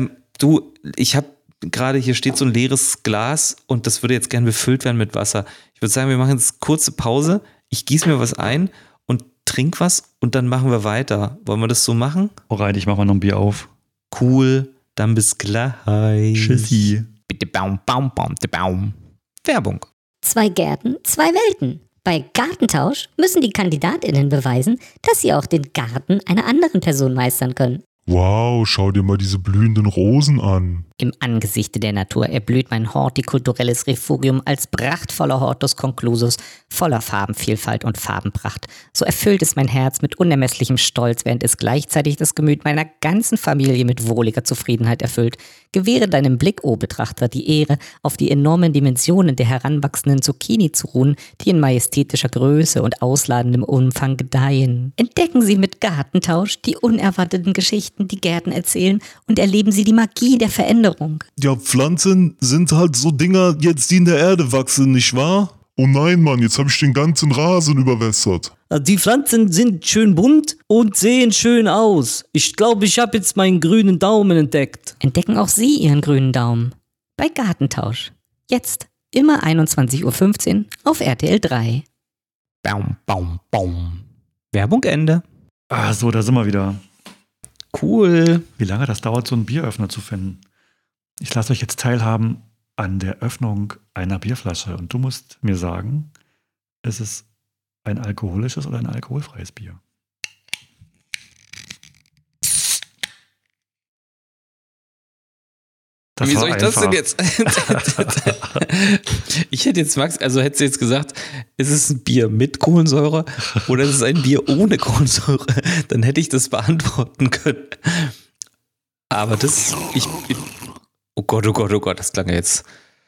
Ich habe gerade, hier steht so ein leeres Glas und das würde jetzt gerne befüllt werden mit Wasser. Ich würde sagen, wir machen jetzt kurze Pause. Ich gieße mir was ein und trink was und dann machen wir weiter. Wollen wir das so machen? Alright, ich mach mal noch ein Bier auf. Cool, dann bis gleich. Tschüssi. Bitte Baum. Werbung. 2 Gärten, 2 Welten. Bei Gartentausch müssen die KandidatInnen beweisen, dass sie auch den Garten einer anderen Person meistern können. Wow, schau dir mal diese blühenden Rosen an. Im Angesichte der Natur erblüht mein hortikulturelles Refugium als prachtvoller Hortus conclusus, voller Farbenvielfalt und Farbenpracht. So erfüllt es mein Herz mit unermesslichem Stolz, während es gleichzeitig das Gemüt meiner ganzen Familie mit wohliger Zufriedenheit erfüllt. Gewähre deinem Blick, o Betrachter, die Ehre, auf die enormen Dimensionen der heranwachsenden Zucchini zu ruhen, die in majestätischer Größe und ausladendem Umfang gedeihen. Entdecken Sie mit Gartentausch die unerwarteten Geschichten, die Gärten erzählen, und erleben Sie die Magie der Veränderung. Ja, Pflanzen sind halt so Dinger jetzt, die in der Erde wachsen, nicht wahr? Oh nein, Mann, jetzt habe ich den ganzen Rasen überwässert. Die Pflanzen sind schön bunt und sehen schön aus. Ich glaube, ich habe jetzt meinen grünen Daumen entdeckt. Entdecken auch Sie Ihren grünen Daumen bei Gartentausch. Jetzt, immer 21:15 Uhr auf RTL 3. Baum. Werbung Ende. So, da sind wir wieder. Cool. Wie lange das dauert, so einen Bieröffner zu finden? Ich lasse euch jetzt teilhaben an der Öffnung einer Bierflasche und du musst mir sagen, ist es ein alkoholisches oder ein alkoholfreies Bier? Wie soll ich das denn jetzt? Ich hätte jetzt, Max, also hättest du jetzt gesagt, ist es ein Bier mit Kohlensäure oder ist es ein Bier ohne Kohlensäure? Dann hätte ich das beantworten können. Aber oh Gott, das klang jetzt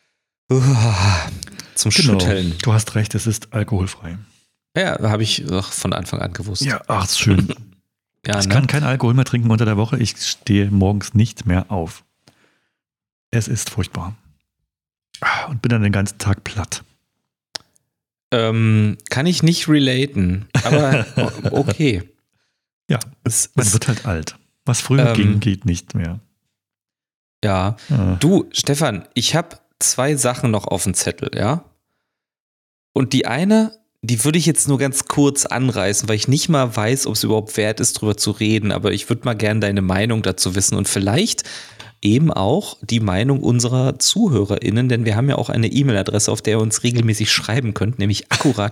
zum Schütteln. Du hast recht, es ist alkoholfrei. Ja, habe ich doch von Anfang an gewusst. Ja, ach, ist schön. Ja, ich kann kein Alkohol mehr trinken unter der Woche. Ich stehe morgens nicht mehr auf. Es ist furchtbar. Und bin dann den ganzen Tag platt. Kann ich nicht relaten, aber okay. Ja, man wird halt alt. Was früher ging, geht nicht mehr. Ja. Du, Stefan, ich habe 2 Sachen noch auf dem Zettel, ja? Und die eine, die würde ich jetzt nur ganz kurz anreißen, weil ich nicht mal weiß, ob es überhaupt wert ist, drüber zu reden, aber ich würde mal gerne deine Meinung dazu wissen und vielleicht eben auch die Meinung unserer ZuhörerInnen, denn wir haben ja auch eine E-Mail-Adresse, auf der ihr uns regelmäßig schreiben könnt, nämlich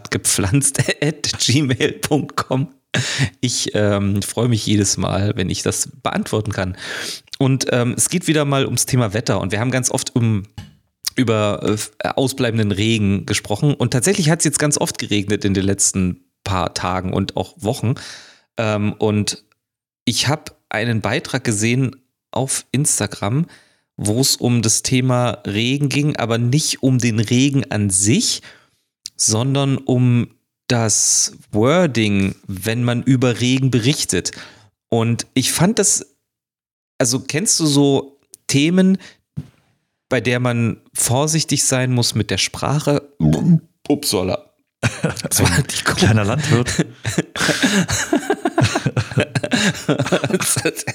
akkuratgepflanzt@gmail.com. Ich freue mich jedes Mal, wenn ich das beantworten kann. Und es geht wieder mal ums Thema Wetter und wir haben ganz oft über ausbleibenden Regen gesprochen und tatsächlich hat es jetzt ganz oft geregnet in den letzten paar Tagen und auch Wochen. Und ich habe einen Beitrag gesehen auf Instagram, wo es um das Thema Regen ging, aber nicht um den Regen an sich, sondern um das Wording, wenn man über Regen berichtet. Und ich fand das, also kennst du so Themen, bei der man vorsichtig sein muss mit der Sprache? Upsala. Das war die kleiner Landwirt.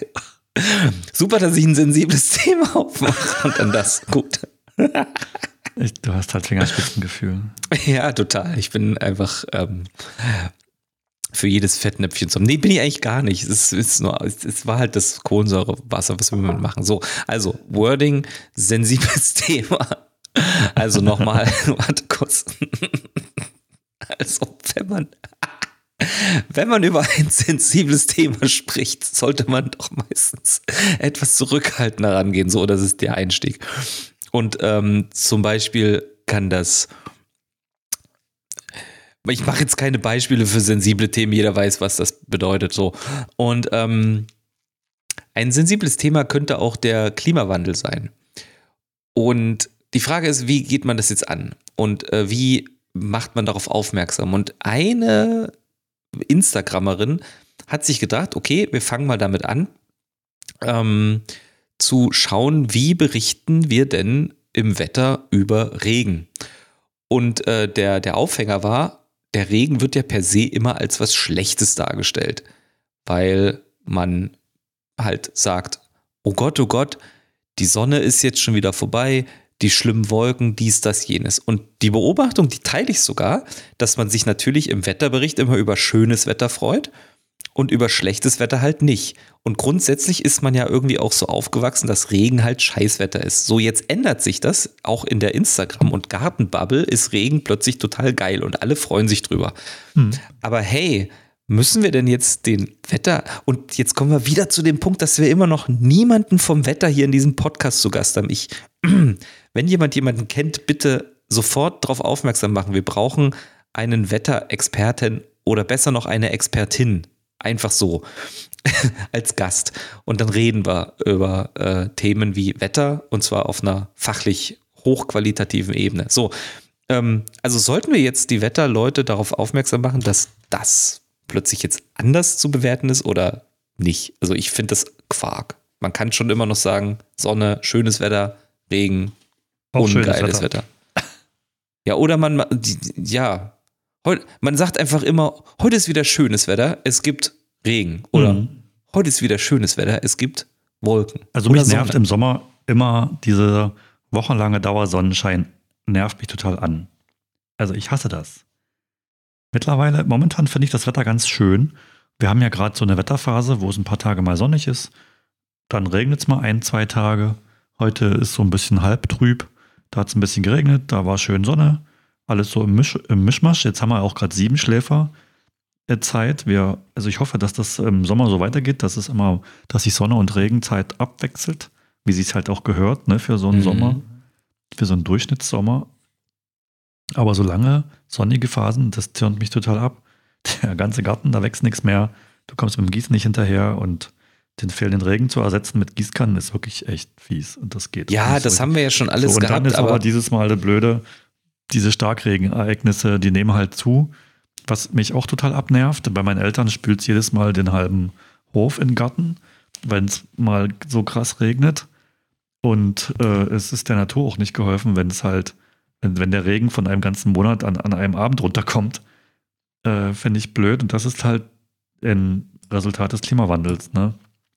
Super, dass ich ein sensibles Thema aufmache und dann das. Gut. Du hast halt Fingerspitzengefühl. Ja, total. Ich bin einfach für jedes Fettnäpfchen zum. Nee, bin ich eigentlich gar nicht. Es war halt das Kohlensäurewasser, was wir damit machen. So, also Wording, sensibles Thema. Also nochmal, warte kurz. Also, wenn man über ein sensibles Thema spricht, sollte man doch meistens etwas zurückhaltender rangehen. So, das ist der Einstieg. Und zum Beispiel kann das. Ich mache jetzt keine Beispiele für sensible Themen, jeder weiß, was das bedeutet. So. Und ein sensibles Thema könnte auch der Klimawandel sein. Und die Frage ist, wie geht man das jetzt an? Und wie macht man darauf aufmerksam? Und eine Instagrammerin hat sich gedacht, okay, wir fangen mal damit an, zu schauen, wie berichten wir denn im Wetter über Regen? Und der Aufhänger war, der Regen wird ja per se immer als was Schlechtes dargestellt, weil man halt sagt, oh Gott, die Sonne ist jetzt schon wieder vorbei, die schlimmen Wolken, dies, das, jenes. Und die Beobachtung, die teile ich sogar, dass man sich natürlich im Wetterbericht immer über schönes Wetter freut und über schlechtes Wetter halt nicht. Und grundsätzlich ist man ja irgendwie auch so aufgewachsen, dass Regen halt Scheißwetter ist. So, jetzt ändert sich das. Auch in der Instagram- und Gartenbubble ist Regen plötzlich total geil und alle freuen sich drüber. Aber hey, müssen wir denn jetzt den Wetter... Und jetzt kommen wir wieder zu dem Punkt, dass wir immer noch niemanden vom Wetter hier in diesem Podcast zu Gast haben. Wenn jemanden kennt, bitte sofort darauf aufmerksam machen. Wir brauchen einen Wetterexperten oder besser noch eine Expertin. Einfach so als Gast. Und dann reden wir über Themen wie Wetter und zwar auf einer fachlich hochqualitativen Ebene. So, also sollten wir jetzt die Wetterleute darauf aufmerksam machen, dass das plötzlich jetzt anders zu bewerten ist oder nicht? Also ich finde das Quark. Man kann schon immer noch sagen, Sonne, schönes Wetter, Regen, ungeiles Wetter. Ja, oder man sagt einfach immer, heute ist wieder schönes Wetter, es gibt Regen. Oder heute ist wieder schönes Wetter, es gibt Wolken. Also mich nervt im Sommer immer diese wochenlange Dauersonnenschein, nervt mich total an. Also ich hasse das. Momentan finde ich das Wetter ganz schön. Wir haben ja gerade so eine Wetterphase, wo es ein paar Tage mal sonnig ist. Dann regnet es mal 1-2 Tage. Heute ist so ein bisschen halbtrüb. Da hat es ein bisschen geregnet, da war schön Sonne. Alles so im Mischmasch. Jetzt haben wir auch gerade 7 Schläfer Zeit. Also ich hoffe, dass das im Sommer so weitergeht, dass sich Sonne und Regenzeit abwechselt, wie sie es halt auch gehört, ne, für so einen Sommer, für so einen Durchschnittssommer. Aber solange sonnige Phasen, das turnt mich total ab. Der ganze Garten, da wächst nichts mehr. Du kommst mit dem Gießen nicht hinterher und den fehlenden Regen zu ersetzen mit Gießkannen ist wirklich echt fies und das geht. Ja, das haben wir ja schon alles so, und gehabt. Und dann ist aber dieses Mal das Blöde, diese Starkregenereignisse, die nehmen halt zu, was mich auch total abnervt. Bei meinen Eltern spült es jedes Mal den halben Hof in den Garten, wenn es mal so krass regnet. Und es ist der Natur auch nicht geholfen, wenn es halt, wenn der Regen von einem ganzen Monat an einem Abend runterkommt, finde ich blöd. Und das ist halt ein Resultat des Klimawandels, ne?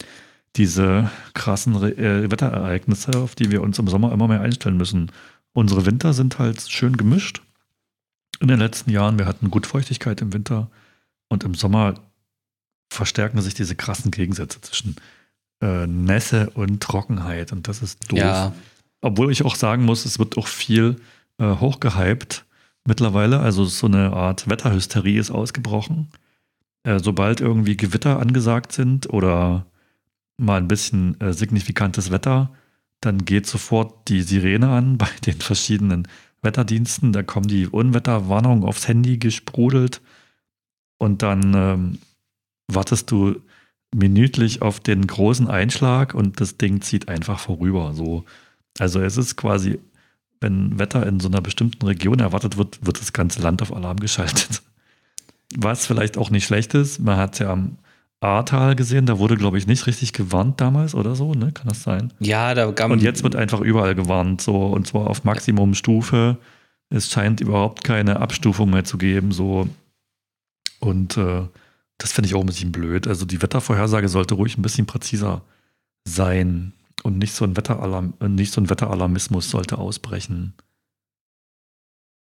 Diese krassen Wetterereignisse, auf die wir uns im Sommer immer mehr einstellen müssen. Unsere Winter sind halt schön gemischt. In den letzten Jahren, wir hatten gut Feuchtigkeit im Winter und im Sommer verstärken sich diese krassen Gegensätze zwischen Nässe und Trockenheit und das ist doof. Ja. Obwohl ich auch sagen muss, es wird auch viel hochgehypt mittlerweile, also so eine Art Wetterhysterie ist ausgebrochen. Sobald irgendwie Gewitter angesagt sind oder mal ein bisschen signifikantes Wetter, dann geht sofort die Sirene an bei den verschiedenen Wetterdiensten. Da kommen die Unwetterwarnungen aufs Handy gesprudelt und dann wartest du minütlich auf den großen Einschlag und das Ding zieht einfach vorüber. So. Also es ist quasi, wenn Wetter in so einer bestimmten Region erwartet wird, wird das ganze Land auf Alarm geschaltet. Was vielleicht auch nicht schlecht ist, man hat es ja am Ahrtal gesehen, da wurde, glaube ich, nicht richtig gewarnt damals oder so, ne? Kann das sein? Ja, da gab und jetzt wird einfach überall gewarnt, so, und zwar auf Maximumstufe. Es scheint überhaupt keine Abstufung mehr zu geben, so. Und das finde ich auch ein bisschen blöd. Also die Wettervorhersage sollte ruhig ein bisschen präziser sein und nicht so ein Wetteralarmismus sollte ausbrechen.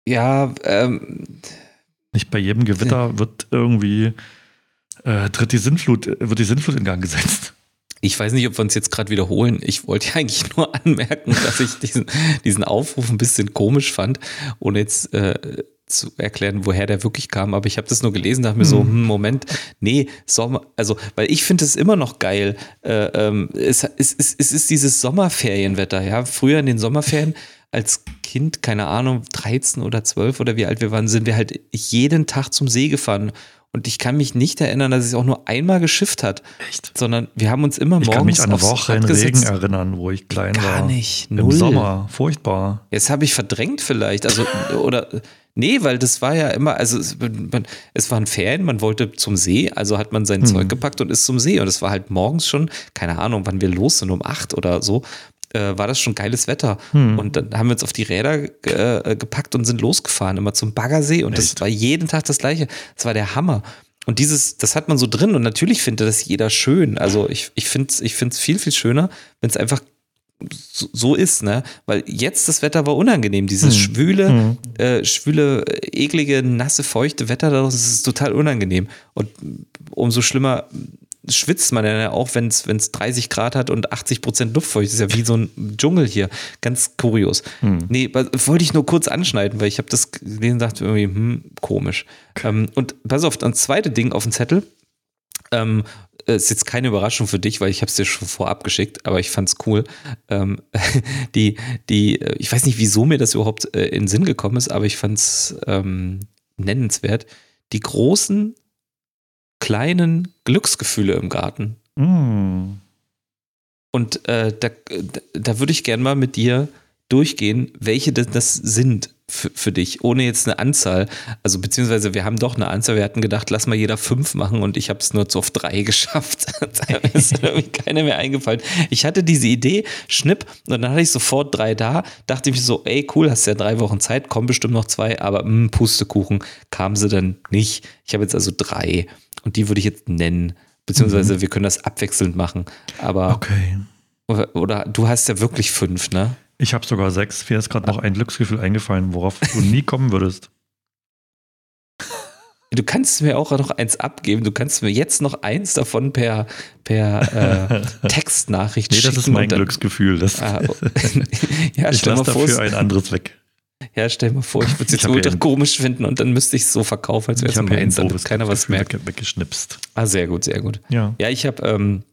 Ja, Nicht bei jedem Gewitter wird irgendwie wird die Sintflut in Gang gesetzt. ich weiß nicht, ob wir uns jetzt gerade wiederholen. Ich wollte ja eigentlich nur anmerken, dass ich diesen Aufruf ein bisschen komisch fand, ohne jetzt zu erklären, woher der wirklich kam. Aber ich habe das nur gelesen, dachte mir so, Moment, nee, Sommer, also, weil ich finde es immer noch geil. Es ist dieses Sommerferienwetter, ja. Früher in den Sommerferien als Kind, keine Ahnung, 13 oder 12 oder wie alt wir waren, sind wir halt jeden Tag zum See gefahren. Und ich kann mich nicht erinnern, dass es auch nur einmal geschifft hat. Echt? Sondern wir haben uns immer morgens Ich kann mich an eine aufs Woche Rad in Regen gesetzt. erinnern, wo ich klein war. Gar nicht, Im null. Sommer, furchtbar. Jetzt habe ich verdrängt vielleicht, also oder nee, weil das war ja immer, also es waren Ferien, man wollte zum See, also hat man sein Zeug gepackt und ist zum See und es war halt morgens schon, keine Ahnung, wann wir los sind, um 8 oder so, war das schon geiles Wetter und dann haben wir uns auf die Räder gepackt und sind losgefahren, immer zum Baggersee und das war jeden Tag das Gleiche, das war der Hammer. Und das hat man so drin und natürlich findet das jeder schön, also ich finde es viel, viel schöner, wenn es einfach so ist, ne? Weil jetzt das Wetter war unangenehm. Dieses schwüle, eklige, nasse, feuchte Wetter daraus, das ist total unangenehm. Und umso schlimmer schwitzt man ja auch, wenn es 30 Grad hat und 80% Luftfeucht. Das ist ja wie so ein Dschungel hier. Ganz kurios. Nee, wollte ich nur kurz anschneiden, weil ich habe das gelesen und dachte irgendwie, komisch. Und pass auf, das zweite Ding auf dem Zettel, ist jetzt keine Überraschung für dich, weil ich habe es dir schon vorab geschickt, aber ich fand's cool. Ich weiß nicht, wieso mir das überhaupt in den Sinn gekommen ist, aber ich fand's nennenswert. Die großen, kleinen Glücksgefühle im Garten. Und da würde ich gerne mal mit dir durchgehen, welche das sind für dich, ohne jetzt eine Anzahl. Also beziehungsweise wir haben doch eine Anzahl, wir hatten gedacht, lass mal jeder 5 machen und ich habe es nur so auf 3 geschafft. Da ist irgendwie keiner mehr eingefallen. Ich hatte diese Idee, schnipp, und dann hatte ich sofort 3 da, dachte ich mir so, ey cool, hast ja 3 Wochen Zeit, kommen bestimmt noch 2, aber Pustekuchen, kamen sie dann nicht. Ich habe jetzt also 3 und die würde ich jetzt nennen, beziehungsweise wir können das abwechselnd machen, aber Okay. oder du hast ja wirklich 5, ne? Ich habe sogar 6. Mir ist gerade noch ein Glücksgefühl eingefallen, worauf du nie kommen würdest. Du kannst mir auch noch eins abgeben. Du kannst mir jetzt noch eins davon per Textnachricht schicken. Nee, das ist mein Glücksgefühl. Ja, ich stell lasse mal vor, dafür ein anderes weg. ja, stell mal vor, ich würde es jetzt Ich hab ultra ja komisch finden und dann müsste ich es so verkaufen, als wäre es meins, damit keiner was merkt. Weggeschnipst. Ah, sehr gut, sehr gut. Ja. Ja, ich habe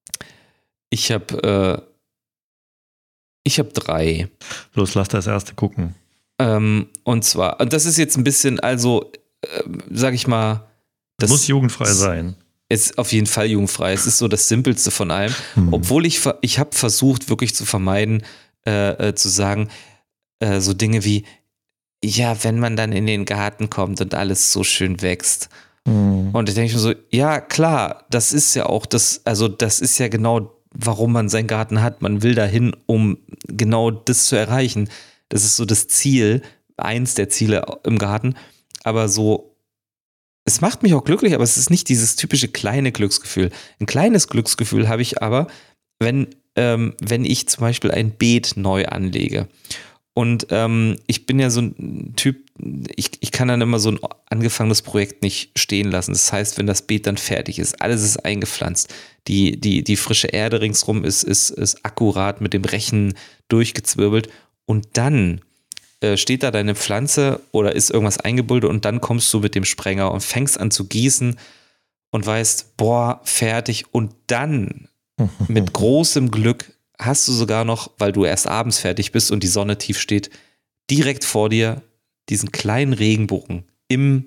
3. Los, lass das erste gucken. Und zwar, und das ist jetzt ein bisschen, also, sag ich mal, Das muss jugendfrei sein. ist auf jeden Fall jugendfrei. Es ist so das Simpelste von allem. Obwohl ich habe versucht, wirklich zu vermeiden, zu sagen, so Dinge wie, ja, wenn man dann in den Garten kommt und alles so schön wächst. Und ich denke mir so, ja, klar, das ist ja auch das ist ja genau, warum man seinen Garten hat. Man will dahin, um genau das zu erreichen. Das ist so das Ziel, eins der Ziele im Garten. Aber so, es macht mich auch glücklich, aber es ist nicht dieses typische kleine Glücksgefühl. Ein kleines Glücksgefühl habe ich aber, wenn ich zum Beispiel ein Beet neu anlege. Und ich bin ja so ein Typ, ich kann dann immer so ein angefangenes Projekt nicht stehen lassen. Das heißt, wenn das Beet dann fertig ist, alles ist eingepflanzt, die frische Erde ringsrum ist akkurat mit dem Rechen durchgezwirbelt und dann steht da deine Pflanze oder ist irgendwas eingebildet und dann kommst du mit dem Sprenger und fängst an zu gießen und weißt, boah, fertig. Und dann mit großem Glück hast du sogar noch, weil du erst abends fertig bist und die Sonne tief steht, direkt vor dir diesen kleinen Regenbogen im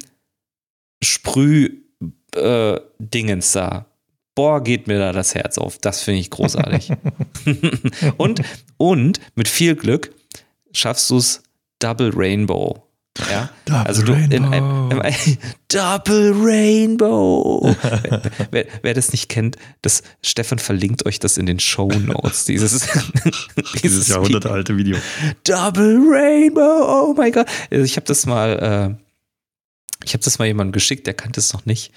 Sprüh-Dingens da. Boah, geht mir da das Herz auf. Das finde ich großartig. und mit viel Glück schaffst du es Double Rainbow. Ja? Double Rainbow. Double Rainbow. Wer das nicht kennt, Stefan verlinkt euch das in den Shownotes. dieses jahrhundertealte Video. Double Rainbow, oh mein Gott. Ich habe das mal jemandem geschickt, der kannte es noch nicht.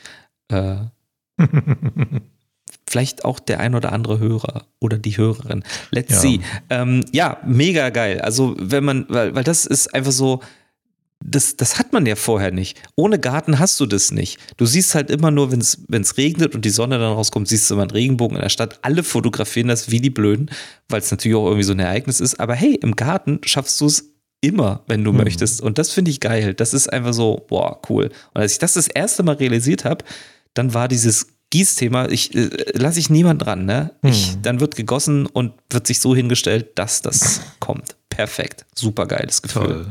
Vielleicht auch der ein oder andere Hörer oder die Hörerin. Let's see. Ja, mega geil. Also wenn man, weil das ist einfach so, das hat man ja vorher nicht. Ohne Garten hast du das nicht. Du siehst halt immer nur, wenn es regnet und die Sonne dann rauskommt, siehst du immer einen Regenbogen in der Stadt. Alle fotografieren das wie die Blöden, weil es natürlich auch irgendwie so ein Ereignis ist. Aber hey, im Garten schaffst du es immer, wenn du möchtest. Und das finde ich geil. Das ist einfach so, boah, cool. Und als ich das erste Mal realisiert habe, dann war dieses Gießthema, lasse ich niemand dran, ne? Dann wird gegossen und wird sich so hingestellt, dass das kommt. Perfekt. Super geiles Gefühl. Toll.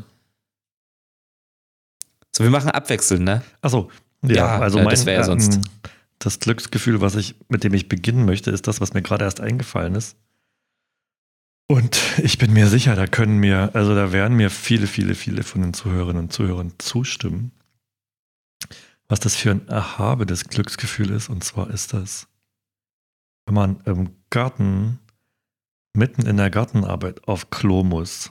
So, wir machen abwechselnd, ne? Achso, ja, also das wäre ja sonst. Das Glücksgefühl, mit dem ich beginnen möchte, ist das, was mir gerade erst eingefallen ist. Und ich bin mir sicher, da werden mir viele, viele, viele von den Zuhörerinnen und Zuhörern zustimmen, was das für ein erhabenes Glücksgefühl ist. Und zwar ist das, wenn man im Garten mitten in der Gartenarbeit auf Klo muss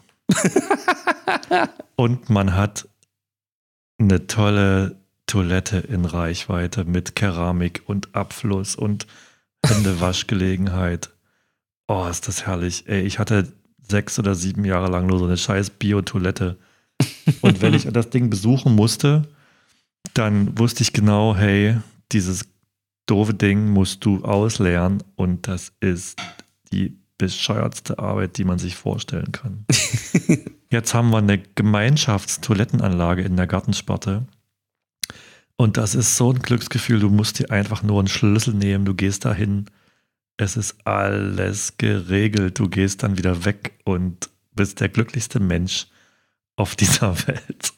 und man hat eine tolle Toilette in Reichweite mit Keramik und Abfluss und Händewaschgelegenheit. Oh, ist das herrlich. Ey, ich hatte 6 oder 7 Jahre lang nur so eine scheiß Bio-Toilette. Und wenn ich das Ding besuchen musste, dann wusste ich genau, hey, dieses doofe Ding musst du ausleeren und das ist die bescheuertste Arbeit, die man sich vorstellen kann. Jetzt haben wir eine Gemeinschaftstoilettenanlage in der Gartensparte und das ist so ein Glücksgefühl, du musst dir einfach nur einen Schlüssel nehmen, du gehst dahin, es ist alles geregelt, du gehst dann wieder weg und bist der glücklichste Mensch auf dieser Welt.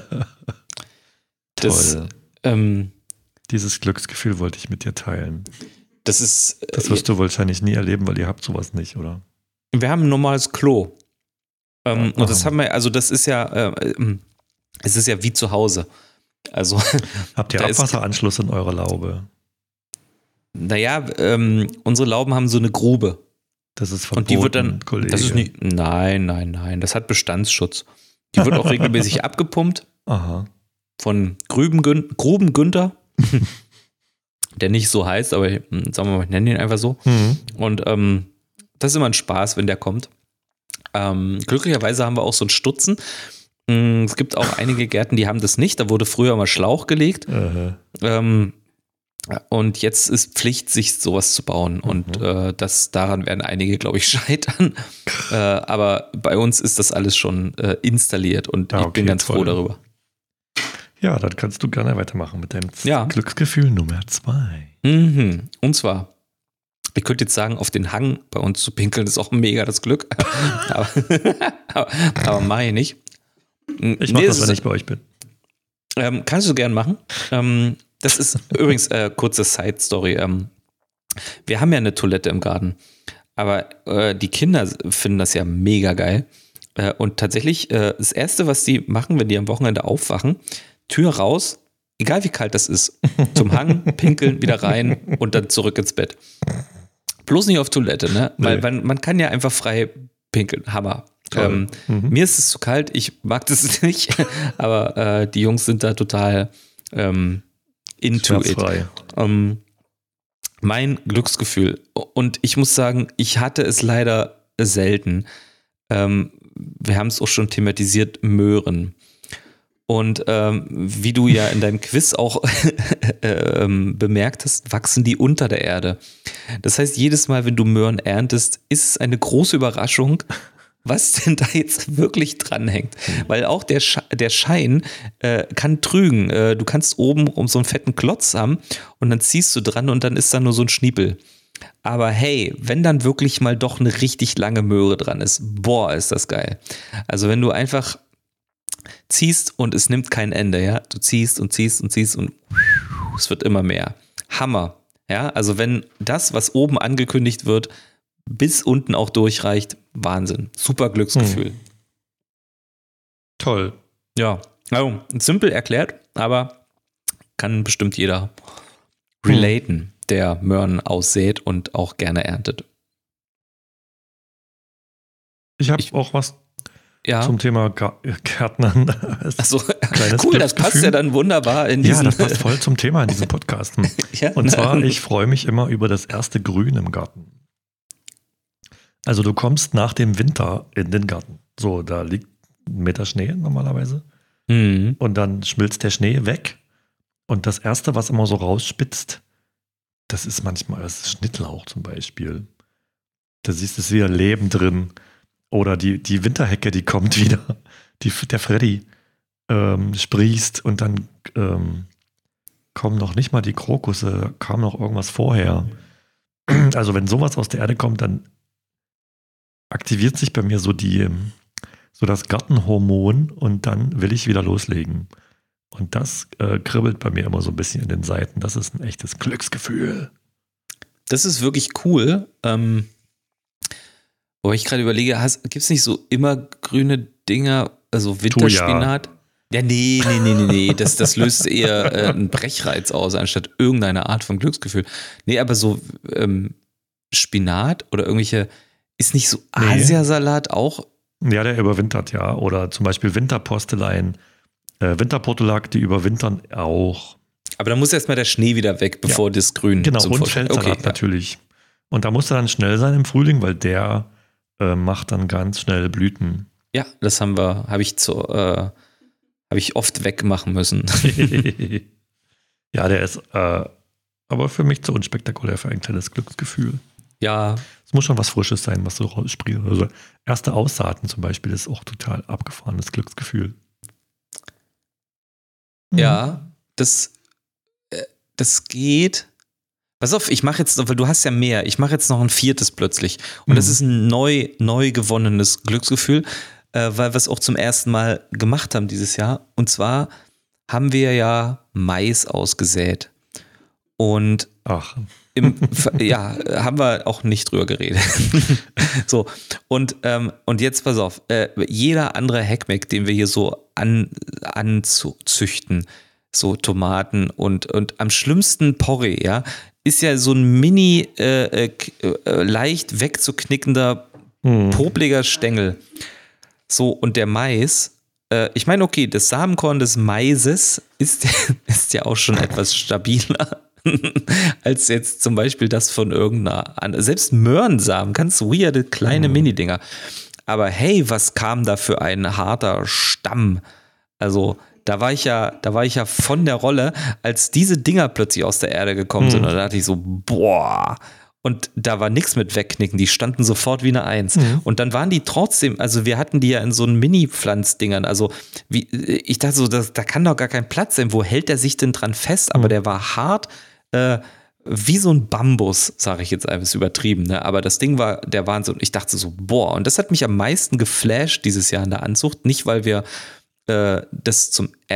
Toll. Dieses Glücksgefühl wollte ich mit dir teilen. Das wirst du wahrscheinlich nie erleben, weil ihr habt sowas nicht, oder? Wir haben ein normales Klo. Und das haben wir, also das ist ja, es ist ja wie zu Hause. Also habt ihr Abwasseranschluss in eurer Laube? Naja, unsere Lauben haben so eine Grube. Das ist verboten, und die wird dann, Kollege. Das ist nicht, nein, das hat Bestandsschutz. Die wird auch regelmäßig abgepumpt. Aha. Von Gruben Günther, der nicht so heißt, aber sagen wir mal, ich nenne ihn einfach so. Und das ist immer ein Spaß, wenn der kommt. Glücklicherweise haben wir auch so einen Stutzen. Es gibt auch einige Gärten, die haben das nicht. Da wurde früher mal Schlauch gelegt. Und jetzt ist Pflicht, sich sowas zu bauen. Und daran werden einige, glaube ich, scheitern. Aber bei uns ist das alles schon installiert und ich bin ganz froh darüber. Ja, dann kannst du gerne weitermachen mit deinem Glücksgefühl Nummer 2. Und zwar, ich könnte jetzt sagen, auf den Hang bei uns zu pinkeln ist auch mega das Glück. aber mache ich nicht. Ich mache das, wenn ich bei euch bin. Kannst du gern machen. Das ist übrigens kurze Side-Story. Wir haben ja eine Toilette im Garten, aber die Kinder finden das ja mega geil. Und tatsächlich, das Erste, was die machen, wenn die am Wochenende aufwachen, Tür raus, egal wie kalt das ist, zum Hang, pinkeln, wieder rein und dann zurück ins Bett. Bloß nicht auf Toilette, ne? Weil man kann ja einfach frei pinkeln. Hammer. Mir ist es zu kalt, ich mag das nicht, aber die Jungs sind da total into it. Mein Glücksgefühl. Und ich muss sagen, ich hatte es leider selten. Wir haben es auch schon thematisiert, Möhren. Und wie du ja in deinem Quiz auch bemerkt hast, wachsen die unter der Erde. Das heißt, jedes Mal, wenn du Möhren erntest, ist es eine große Überraschung, was denn da jetzt wirklich dranhängt. Weil auch der Schein kann trügen. Du kannst oben so einen fetten Klotz haben und dann ziehst du dran und dann ist da nur so ein Schniepel. Aber hey, wenn dann wirklich mal doch eine richtig lange Möhre dran ist, boah, ist das geil. Also wenn du einfach ziehst und es nimmt kein Ende, ja, du ziehst und ziehst und ziehst und es wird immer mehr. Hammer, ja, also wenn das, was oben angekündigt wird, bis unten auch durchreicht, Wahnsinn, super Glücksgefühl. Toll. Ja, also simpel erklärt, aber kann bestimmt jeder relaten, der Möhren aussät und auch gerne erntet. Ich habe auch was zum Thema Gärtnern. Achso, cool, das passt ja dann wunderbar in diesen... Ja, das passt voll zum Thema in diesem Podcast. Ja, und zwar, ich freue mich immer über das erste Grün im Garten. Also du kommst nach dem Winter in den Garten. So, da liegt 1 Meter Schnee normalerweise. Mhm. Und dann schmilzt der Schnee weg. Und das Erste, was immer so rausspitzt, das ist Schnittlauch zum Beispiel. Da siehst du, es wieder Leben drin. Oder die Winterhecke, die kommt wieder. Der Freddy sprießt und dann kommen noch nicht mal die Krokusse, kam noch irgendwas vorher. Also wenn sowas aus der Erde kommt, dann aktiviert sich bei mir so das Gartenhormon und dann will ich wieder loslegen. Und das kribbelt bei mir immer so ein bisschen in den Seiten. Das ist ein echtes Glücksgefühl. Das ist wirklich cool. Wo ich gerade überlege, gibt es nicht so immer grüne Dinger, also Winterspinat? Ja, nee. Das löst eher einen Brechreiz aus, anstatt irgendeine Art von Glücksgefühl. Nee, aber so Spinat oder irgendwelche, ist nicht so Asiasalat auch? Ja, der überwintert, ja. Oder zum Beispiel Winterpostelein, Winterportulak, die überwintern auch. Aber da muss erstmal der Schnee wieder weg, bevor das Grün genau, zum und Vorschein. Feldsalat natürlich. Und da muss er dann schnell sein im Frühling, weil der macht dann ganz schnell Blüten. Ja, das habe ich oft wegmachen müssen. Ja, der ist aber für mich zu unspektakulär für ein kleines Glücksgefühl. Ja. Es muss schon was Frisches sein, was so rausspricht. Also erste Aussaaten zum Beispiel ist auch total abgefahrenes Glücksgefühl. Ja, das geht. Pass auf, ich mache jetzt, weil du hast ja mehr, ich mache jetzt noch ein 4. plötzlich. Und das ist ein neu gewonnenes Glücksgefühl, weil wir es auch zum ersten Mal gemacht haben dieses Jahr. Und zwar haben wir ja Mais ausgesät. Und haben wir auch nicht drüber geredet. So, und jetzt pass auf, jeder andere Heckmeck, den wir hier so anzüchten, so Tomaten und am schlimmsten Porree, ja, ist ja so ein mini leicht wegzuknickender, popliger Stängel. So, und der Mais, ich meine, okay, das Samenkorn des Maises ist ja auch schon etwas stabiler als jetzt zum Beispiel das von selbst Möhrensamen, ganz weirde kleine Mini-Dinger. Aber hey, was kam da für ein harter Stamm? Also da war ich ja von der Rolle, als diese Dinger plötzlich aus der Erde gekommen sind. Und da dachte ich so, boah. Und da war nichts mit wegknicken, die standen sofort wie eine Eins. Und dann waren die trotzdem, also wir hatten die ja in so Mini-Pflanzdingern, also ich dachte so, da kann doch gar kein Platz sein, wo hält der sich denn dran fest? Aber der war hart, wie so ein Bambus, sage ich jetzt einfach, ist übertrieben, ne? Aber das Ding war der Wahnsinn. Und ich dachte so, boah, und das hat mich am meisten geflasht dieses Jahr in der Anzucht, nicht weil wir das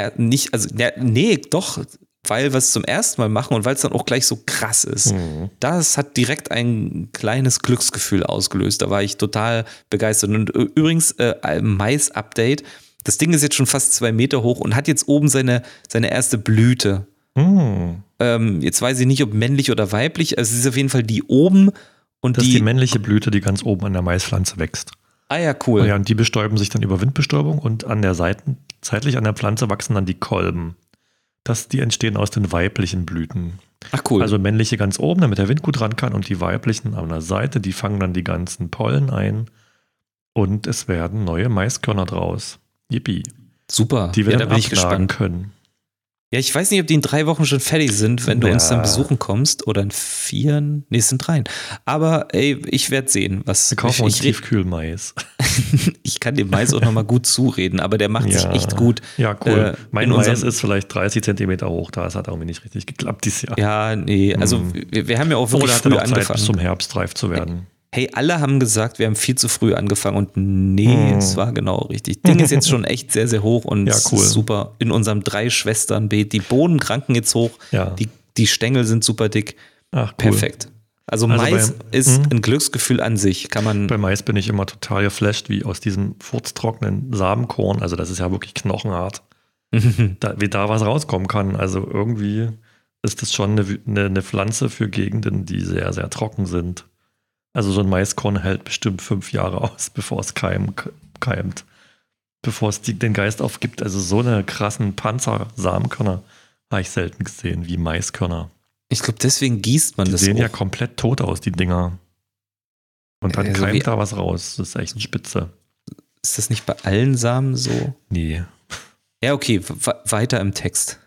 weil wir es zum ersten Mal machen und weil es dann auch gleich so krass ist. Das hat direkt ein kleines Glücksgefühl ausgelöst. Da war ich total begeistert. Und übrigens, Mais-Update, das Ding ist jetzt schon fast 2 Meter hoch und hat jetzt oben seine erste Blüte. Jetzt weiß ich nicht, ob männlich oder weiblich. Also es ist auf jeden Fall die oben. Und das ist die männliche Blüte, die ganz oben an der Maispflanze wächst. Ah ja, cool. Ja, und die bestäuben sich dann über Windbestäubung und an der Seite, seitlich an der Pflanze wachsen dann die Kolben. Die entstehen aus den weiblichen Blüten. Ach cool. Also männliche ganz oben, damit der Wind gut ran kann, und die weiblichen an der Seite, die fangen dann die ganzen Pollen ein und es werden neue Maiskörner draus. Yippie. Super. Die wir ja, dann da bin ich abschlagen gespannt können. Ja, ich weiß nicht, ob die in 3 Wochen schon fertig sind, wenn du uns dann besuchen kommst. Oder in 4, nee, es sind 3. Aber ey, ich werde sehen, was. Wir kaufen uns Tiefkühlmais. Ich kann dem Mais auch nochmal gut zureden, aber der macht sich echt gut. Ja, cool. Mein Mais ist vielleicht 30 Zentimeter hoch, das hat irgendwie nicht richtig geklappt dieses Jahr. Ja, nee, also wir haben ja auch wirklich früh angefangen. Zeit, bis zum Herbst reif zu werden. Hey, alle haben gesagt, wir haben viel zu früh angefangen und nee, es war genau richtig. Ding ist jetzt schon echt sehr, sehr hoch und es ist super. In unserem 3-Schwestern-Beet, die Bohnen kranken jetzt hoch, die Stängel sind super dick. Ach, cool. Perfekt. Also Mais ist ein Glücksgefühl an sich. Bei Mais bin ich immer total geflasht, wie aus diesem furztrockenen Samenkorn, also das ist ja wirklich knochenhart, wie da was rauskommen kann. Also irgendwie ist das schon eine Pflanze für Gegenden, die sehr, sehr trocken sind. Also so ein Maiskorn hält bestimmt 5 Jahre aus, bevor es keimt, bevor es den Geist aufgibt. Also so eine krassen Panzer-Samenkörner habe ich selten gesehen wie Maiskörner. Ich glaube, deswegen gießt man das. Die sehen ja komplett tot aus, die Dinger. Und dann keimt da was raus. Das ist echt spitze. Ist das nicht bei allen Samen so? Nee. Ja, okay, weiter im Text.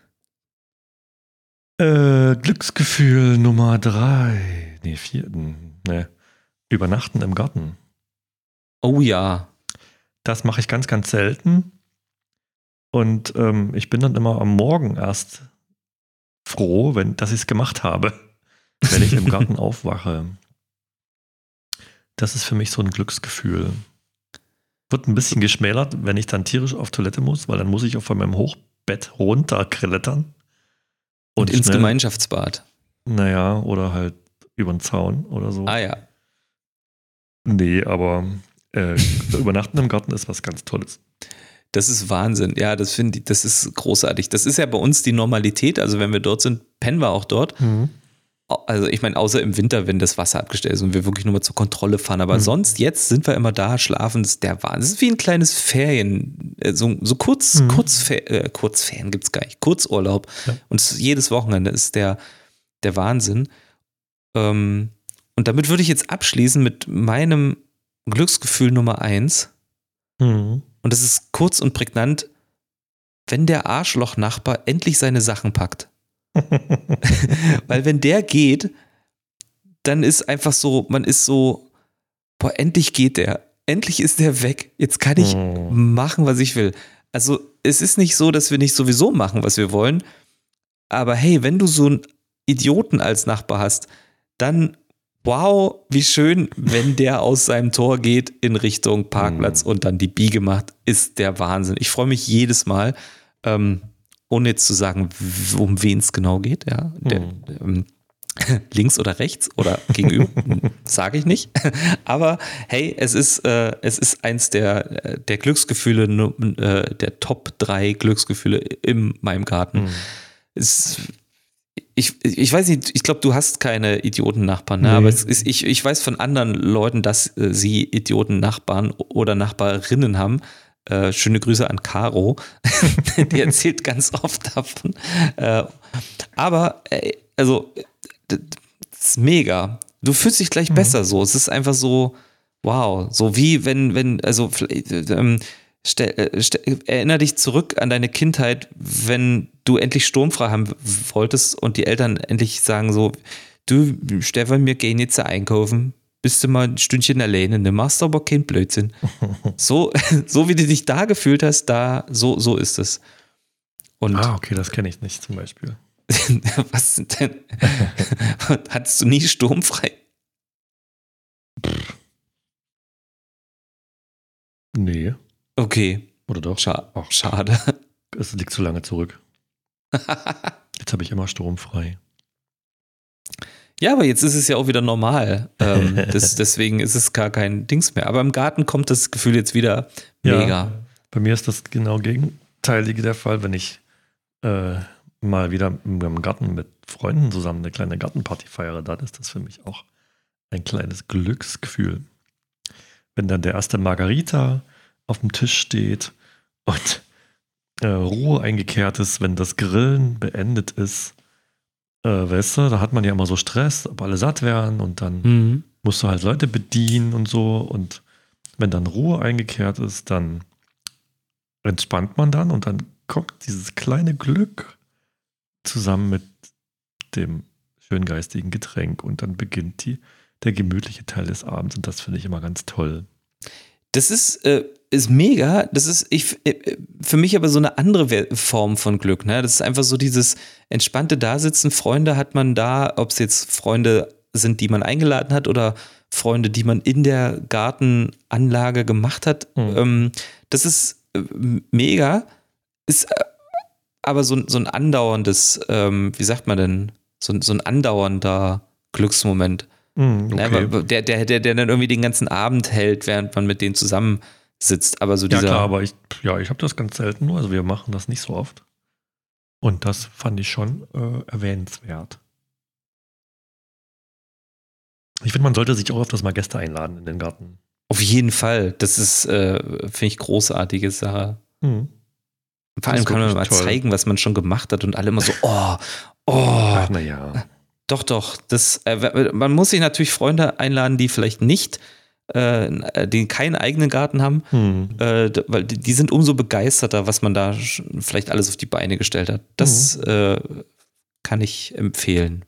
Glücksgefühl Nummer 3. Nee, 4. Nee. Übernachten im Garten. Oh ja. Das mache ich ganz, ganz selten. Und ich bin dann immer am Morgen erst froh, dass ich es gemacht habe, wenn ich im Garten aufwache. Das ist für mich so ein Glücksgefühl. Wird ein bisschen geschmälert, wenn ich dann tierisch auf Toilette muss, weil dann muss ich auch von meinem Hochbett runterklettern. Und ins Gemeinschaftsbad. Naja, oder halt über den Zaun oder so. Ah ja. Nee, aber Übernachten im Garten ist was ganz Tolles. Das ist Wahnsinn. Ja, das ist großartig. Das ist ja bei uns die Normalität. Also wenn wir dort sind, pennen wir auch dort. Mhm. Also ich meine, außer im Winter, wenn das Wasser abgestellt ist und wir wirklich nur mal zur Kontrolle fahren. Aber sonst, jetzt sind wir immer da, schlafen. Das ist der Wahnsinn. Das ist wie ein kleines Ferien. So Kurzferien gibt es gar nicht. Kurzurlaub. Ja. Und jedes Wochenende ist der Wahnsinn. Und damit würde ich jetzt abschließen mit meinem Glücksgefühl Nummer 1. Mhm. Und das ist kurz und prägnant, wenn der Arschloch-Nachbar endlich seine Sachen packt. Weil wenn der geht, dann ist einfach so, man ist so, boah, endlich geht der. Endlich ist der weg. Jetzt kann ich machen, was ich will. Also es ist nicht so, dass wir nicht sowieso machen, was wir wollen. Aber hey, wenn du so einen Idioten als Nachbar hast, dann wow, wie schön, wenn der aus seinem Tor geht in Richtung Parkplatz und dann die Biege macht, ist der Wahnsinn. Ich freue mich jedes Mal, ohne jetzt zu sagen, um wen es genau geht, ja. Links oder rechts oder gegenüber, sage ich nicht. Aber hey, es ist eins der Glücksgefühle, der Top 3 Glücksgefühle in meinem Garten. Ich weiß nicht, ich glaube, du hast keine Idioten-Nachbarn, ne? Aber ich weiß von anderen Leuten, dass sie Idioten-Nachbarn oder Nachbarinnen haben. Schöne Grüße an Caro, die erzählt ganz oft davon. Aber, also, das ist mega. Du fühlst dich gleich besser so. Es ist einfach so, wow. So wie wenn also, erinnere dich zurück an deine Kindheit, wenn du endlich sturmfrei haben wolltest und die Eltern endlich sagen so, du, Stefan, wir gehen jetzt einkaufen. Bist du mal ein Stündchen alleine, ne? Machst aber keinen Blödsinn. So wie du dich da gefühlt hast, so ist es. Und okay, das kenne ich nicht zum Beispiel. Was sind denn? Hattest du nie sturmfrei? Nee. Okay. Oder doch? Schade. Es liegt zu lange zurück. Jetzt habe ich immer sturmfrei. Ja, aber jetzt ist es ja auch wieder normal. Deswegen ist es gar kein Dings mehr. Aber im Garten kommt das Gefühl jetzt wieder mega. Ja, bei mir ist das genau gegenteilige der Fall, wenn ich mal wieder im Garten mit Freunden zusammen eine kleine Gartenparty feiere, dann ist das für mich auch ein kleines Glücksgefühl. Wenn dann der erste Margarita auf dem Tisch steht und Ruhe eingekehrt ist, wenn das Grillen beendet ist, weißt du, da hat man ja immer so Stress, ob alle satt werden und dann musst du halt Leute bedienen und so, und wenn dann Ruhe eingekehrt ist, dann entspannt man dann und dann kommt dieses kleine Glück zusammen mit dem schöngeistigen Getränk und dann beginnt der gemütliche Teil des Abends, und das finde ich immer ganz toll. Das ist mega. Das ist für mich aber so eine andere Form von Glück. Ne? Das ist einfach so dieses entspannte Dasitzen. Freunde hat man da, ob es jetzt Freunde sind, die man eingeladen hat, oder Freunde, die man in der Gartenanlage gemacht hat. Das ist mega. Ist aber so ein andauerndes, wie sagt man denn, so ein andauernder Glücksmoment. Okay. Der dann irgendwie den ganzen Abend hält, während man mit denen zusammen sitzt. Aber so dieser. Ja, klar, aber ich habe das ganz selten nur. Also wir machen das nicht so oft. Und das fand ich schon erwähnenswert. Ich finde, man sollte sich auch öfters mal Gäste einladen in den Garten. Auf jeden Fall. Das ist, finde ich, großartige Sache. Vor allem kann man mal zeigen, was man schon gemacht hat, und alle immer so, Ach, naja. Doch. Man muss sich natürlich Freunde einladen, die vielleicht nicht die keinen eigenen Garten haben, weil die sind umso begeisterter, was man da vielleicht alles auf die Beine gestellt hat. Das kann ich empfehlen.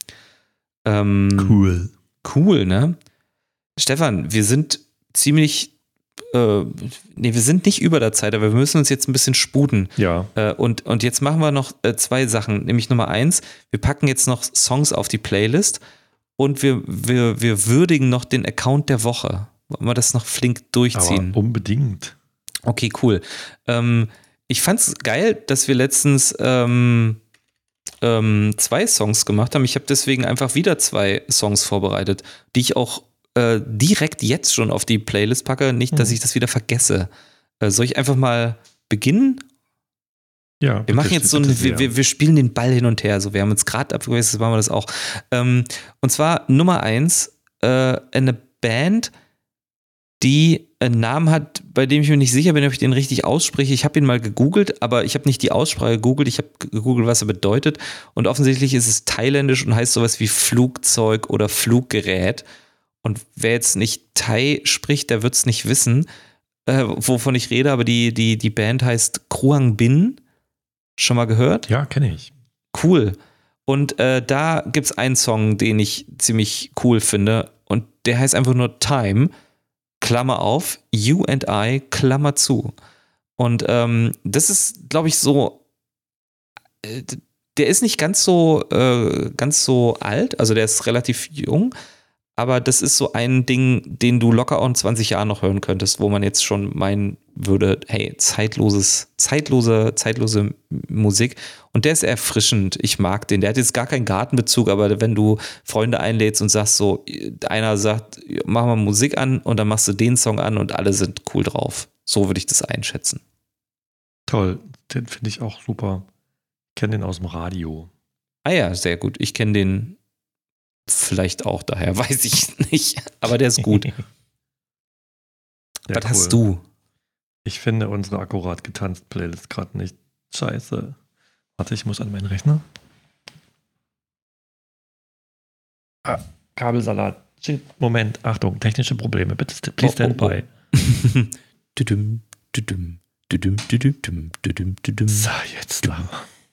Cool. Cool, ne? Stefan, wir sind wir sind nicht über der Zeit, aber wir müssen uns jetzt ein bisschen sputen. Ja. Und jetzt machen wir noch 2 Sachen. Nämlich Nummer 1, wir packen jetzt noch Songs auf die Playlist und wir würdigen noch den Account der Woche. Wollen wir das noch flink durchziehen? Aber unbedingt. Okay, cool. Ich fand's geil, dass wir letztens 2 Songs gemacht haben. Ich habe deswegen einfach wieder 2 Songs vorbereitet, die ich auch direkt jetzt schon auf die Playlist packe, nicht, dass ich das wieder vergesse. Soll ich einfach mal beginnen? Ja. Wir machen jetzt so wir spielen den Ball hin und her. So, wir haben uns gerade abgewechselt, machen wir das auch. Und zwar Nummer 1, eine Band, die einen Namen hat, bei dem ich mir nicht sicher bin, ob ich den richtig ausspreche. Ich habe ihn mal gegoogelt, aber ich habe nicht die Aussprache gegoogelt, ich habe gegoogelt, was er bedeutet. Und offensichtlich ist es thailändisch und heißt sowas wie Flugzeug oder Fluggerät. Und wer jetzt nicht Thai spricht, der wird es nicht wissen, wovon ich rede, aber die Band heißt Kruang Bin. Schon mal gehört? Ja, kenne ich. Cool. Und da gibt es einen Song, den ich ziemlich cool finde. Und der heißt einfach nur Time, Klammer auf, You and I, Klammer zu. Und das ist, glaube ich, so, der ist nicht ganz so alt, also der ist relativ jung, aber das ist so ein Ding, den du locker auch in 20 Jahren noch hören könntest, wo man jetzt schon meinen würde, hey, zeitlose Musik. Und der ist erfrischend. Ich mag den. Der hat jetzt gar keinen Gartenbezug, aber wenn du Freunde einlädst und sagst so, einer sagt, mach mal Musik an und dann machst du den Song an und alle sind cool drauf. So würde ich das einschätzen. Toll. Den finde ich auch super. Ich kenne den aus dem Radio. Ah ja, sehr gut. Ich kenne den vielleicht auch, daher weiß ich nicht. Aber der ist gut. Was hast du? Ich finde unsere akkurat getanzt Playlist gerade nicht scheiße. Warte, ich muss an meinen Rechner. Kabelsalat. Shit. Moment, Achtung, technische Probleme. Bitte, please stand by. So, jetzt da.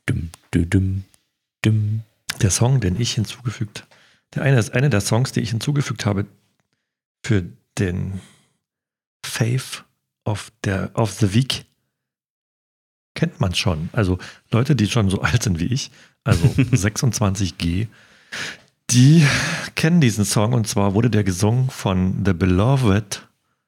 Der Song, den ich hinzugefügt habe, eine der Songs, die ich hinzugefügt habe für den Fave of the Week, kennt man schon. Also Leute, die schon so alt sind wie ich, also 26G, die kennen diesen Song, und zwar wurde der gesungen von The Beloved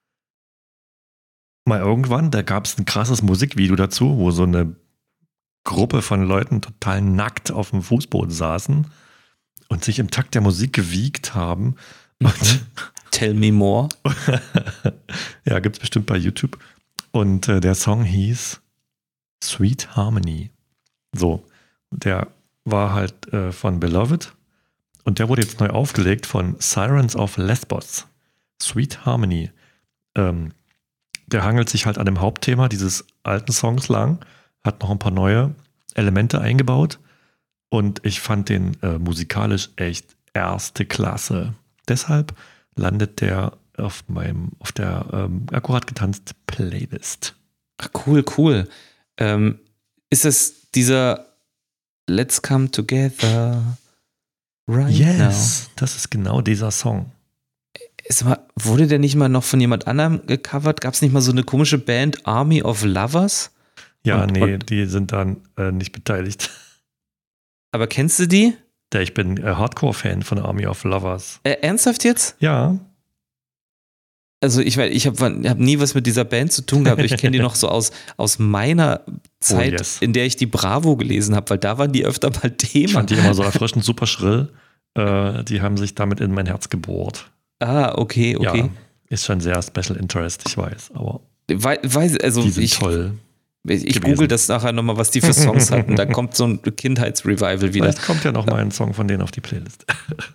mal irgendwann. Da gab es ein krasses Musikvideo dazu, wo so eine Gruppe von Leuten total nackt auf dem Fußboden saßen und sich im Takt der Musik gewiegt haben. Und Tell me more. Ja, gibt es bestimmt bei YouTube. Und der Song hieß Sweet Harmony. So, der war halt von Beloved und der wurde jetzt neu aufgelegt von Sirens of Lesbos. Sweet Harmony. Der hangelt sich halt an dem Hauptthema dieses alten Songs lang, hat noch ein paar neue Elemente eingebaut und ich fand den musikalisch echt erste Klasse. Deshalb landet der auf der akkurat getanzt Playlist. Ach, cool. Ist es dieser Let's Come Together Right Now? Yes, das ist genau dieser Song. Wurde der nicht mal noch von jemand anderem gecovert? Gab es nicht mal so eine komische Band Army of Lovers? Ja, die sind dann nicht beteiligt. Aber kennst du die? Ich bin Hardcore-Fan von Army of Lovers. Ernsthaft jetzt? Ja. Also ich hab nie was mit dieser Band zu tun gehabt. Ich kenne die noch so aus meiner Zeit, in der ich die Bravo gelesen habe, weil da waren die öfter mal Thema. Ich fand die immer so erfrischend, super schrill. Die haben sich damit in mein Herz gebohrt. Ah, okay. Ja, ist schon sehr Special Interest, ich weiß, aber die sind toll. Ich google das nachher nochmal, was die für Songs hatten. Da kommt so ein Kindheitsrevival wieder. Vielleicht kommt ja noch mal ein Song von denen auf die Playlist.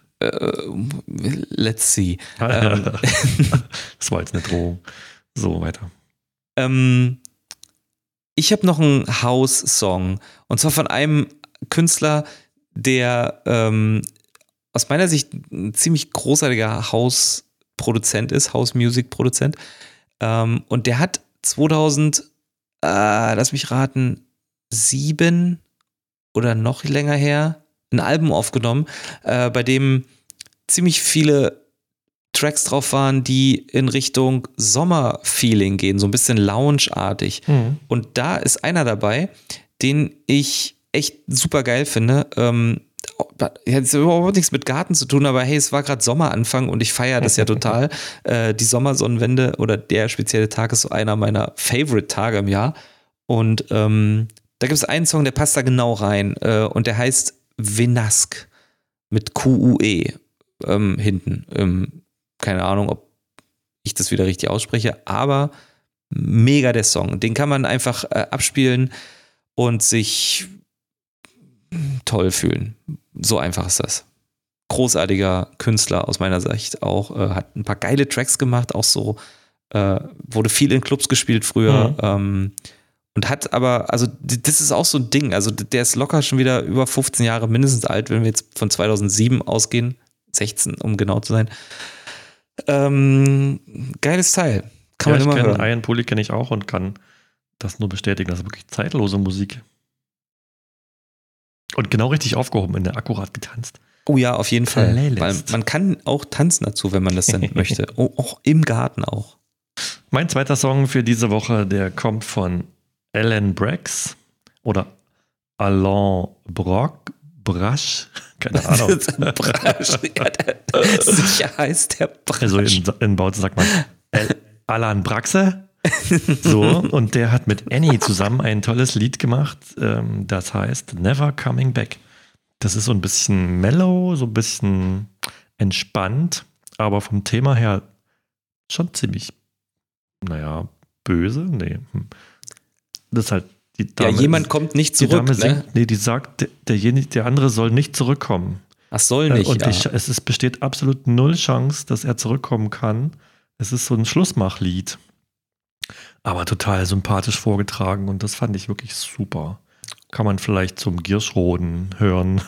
Let's see. Das war jetzt eine Drohung. So, weiter. Ich habe noch einen House-Song. Und zwar von einem Künstler, der aus meiner Sicht ein ziemlich großartiger House Produzent ist, House-Music-Produzent. Und der hat 2000, lass mich raten, 7 oder noch länger her, ein Album aufgenommen, bei dem ziemlich viele Tracks drauf waren, die in Richtung Sommerfeeling gehen, so ein bisschen Lounge-artig. Und da ist einer dabei, den ich echt super geil finde. Hat jetzt überhaupt nichts mit Garten zu tun, aber hey, es war gerade Sommeranfang und ich feiere das ja total. Die Sommersonnenwende oder der spezielle Tag ist so einer meiner Favorite-Tage im Jahr. Und da gibt es einen Song, der passt da genau rein und der heißt Venask mit QUE hinten. Keine Ahnung, ob ich das wieder richtig ausspreche, aber mega der Song. Den kann man einfach abspielen und sich toll fühlen. So einfach ist das. Großartiger Künstler aus meiner Sicht auch. Hat ein paar geile Tracks gemacht, auch so. Wurde viel in Clubs gespielt früher. Und hat aber, also das ist auch so ein Ding. Also der ist locker schon wieder über 15 Jahre mindestens alt, wenn wir jetzt von 2007 ausgehen. 16, um genau zu sein. Geiles Teil. Kann man immer hören. Ian Pulli kenne ich auch und kann das nur bestätigen. Das ist wirklich zeitlose Musik. Und genau richtig aufgehoben, in der akkurat getanzt. Oh ja, auf jeden Fall. Weil man kann auch tanzen dazu, wenn man das dann möchte. Auch im Garten auch. Mein zweiter Song für diese Woche, der kommt von Alan Brax oder Alain Brasch. Keine Ahnung. Brasch. Ja, sicher heißt der Brasch. Also in Bautzen sagt man Alan Braxe. So, und der hat mit Annie zusammen ein tolles Lied gemacht, das heißt Never Coming Back. Das ist so ein bisschen mellow, so ein bisschen entspannt, aber vom Thema her schon ziemlich, böse. Nee. Das ist halt die Dame. Ja, jemand kommt nicht zurück. Die Dame singt, die sagt, der andere soll nicht zurückkommen. Ach, soll nicht. Und es besteht absolut null Chance, dass er zurückkommen kann. Es ist so ein Schlussmachlied. Aber total sympathisch vorgetragen und das fand ich wirklich super. Kann man vielleicht zum Gierschroden hören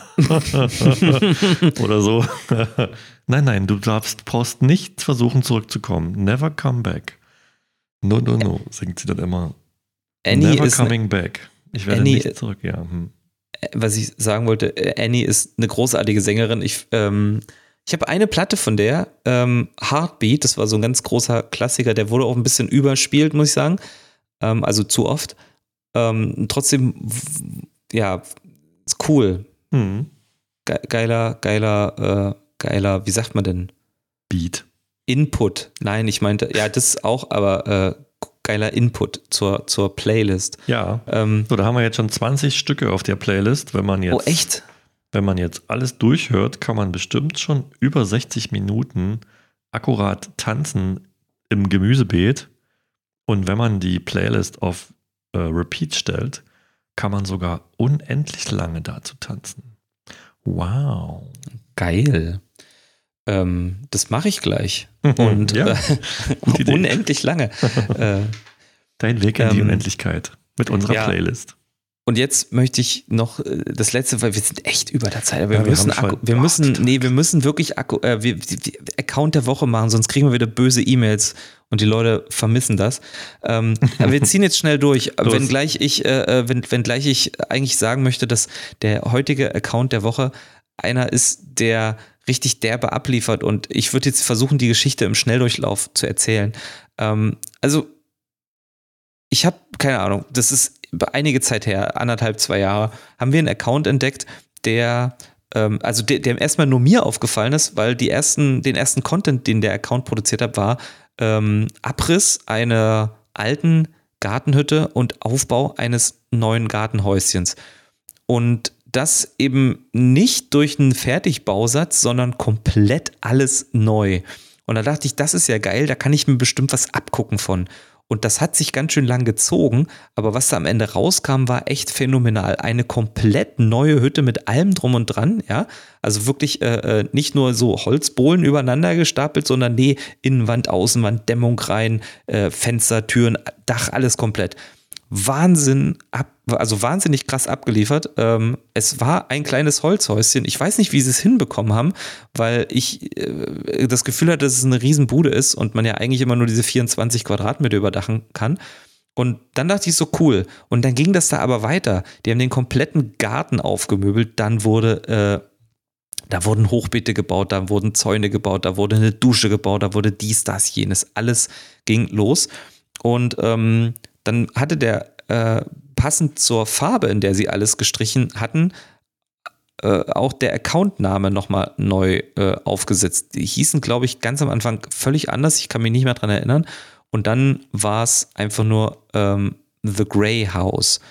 oder so. Nein, du brauchst nicht versuchen zurückzukommen. Never come back. No, singt sie dann immer. Annie Never coming back. Ich werde nicht zurück, ja. Was ich sagen wollte, Annie ist eine großartige Sängerin. Ich habe eine Platte von der, Heartbeat, das war so ein ganz großer Klassiker, der wurde auch ein bisschen überspielt, muss ich sagen. Also zu oft. Trotzdem, ja, ist cool. Geiler, wie sagt man denn? Beat. Input. Nein, ich meinte, ja, das auch, aber geiler Input zur Playlist. Ja, so, da haben wir jetzt schon 20 Stücke auf der Playlist. Wenn man jetzt, oh, echt? Wenn man jetzt alles durchhört, kann man bestimmt schon über 60 Minuten akkurat tanzen im Gemüsebeet. Und wenn man die Playlist auf Repeat stellt, kann man sogar unendlich lange dazu tanzen. Wow. Geil. Das mache ich gleich. Und ja, unendlich lange. Dein Weg in die Unendlichkeit mit unserer Playlist. Und jetzt möchte ich noch das letzte, weil wir sind echt über der Zeit. Aber wir müssen wirklich Account der Woche machen, sonst kriegen wir wieder böse E-Mails und die Leute vermissen das. Aber wir ziehen jetzt schnell durch. Wenngleich ich eigentlich sagen möchte, dass der heutige Account der Woche einer ist, der richtig derbe abliefert und ich würde jetzt versuchen, die Geschichte im Schnelldurchlauf zu erzählen. Also ich habe keine Ahnung, das ist einige Zeit her, 1,5, 2 Jahre, haben wir einen Account entdeckt, der erstmal nur mir aufgefallen ist, weil den ersten Content, den der Account produziert hat, war Abriss einer alten Gartenhütte und Aufbau eines neuen Gartenhäuschens. Und das eben nicht durch einen Fertigbausatz, sondern komplett alles neu. Und da dachte ich, das ist ja geil, da kann ich mir bestimmt was abgucken von. Und das hat sich ganz schön lang gezogen, aber was da am Ende rauskam, war echt phänomenal. Eine komplett neue Hütte mit allem drum und dran, ja. Also wirklich nicht nur so Holzbohlen übereinander gestapelt, sondern Innenwand, Außenwand, Dämmung rein, Fenster, Türen, Dach, alles komplett. Wahnsinn, also wahnsinnig krass abgeliefert. Es war ein kleines Holzhäuschen. Ich weiß nicht, wie sie es hinbekommen haben, weil ich das Gefühl hatte, dass es eine Riesenbude ist und man ja eigentlich immer nur diese 24 Quadratmeter überdachen kann. Und dann dachte ich so, cool. Und dann ging das da aber weiter. Die haben den kompletten Garten aufgemöbelt. Dann da wurden Hochbeete gebaut, da wurden Zäune gebaut, da wurde eine Dusche gebaut, da wurde dies, das, jenes. Alles ging los. Und dann hatte der passend zur Farbe, in der sie alles gestrichen hatten, auch der Accountname nochmal neu aufgesetzt. Die hießen, glaube ich, ganz am Anfang völlig anders. Ich kann mich nicht mehr dran erinnern. Und dann war es einfach nur The Grey House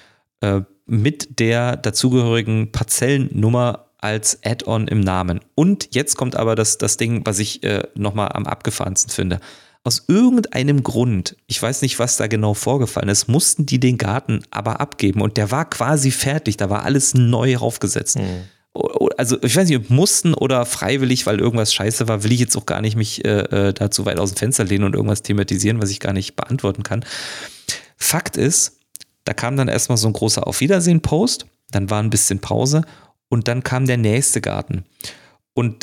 mit der dazugehörigen Parzellennummer als Add-on im Namen. Und jetzt kommt aber das Ding, was ich nochmal am abgefahrensten finde. Aus irgendeinem Grund, ich weiß nicht, was da genau vorgefallen ist, mussten die den Garten aber abgeben und der war quasi fertig, da war alles neu raufgesetzt. Also ich weiß nicht, ob mussten oder freiwillig, weil irgendwas scheiße war, will ich jetzt auch gar nicht mich da zu weit aus dem Fenster lehnen und irgendwas thematisieren, was ich gar nicht beantworten kann. Fakt ist, da kam dann erstmal so ein großer Auf Wiedersehen-Post, dann war ein bisschen Pause und dann kam der nächste Garten. Und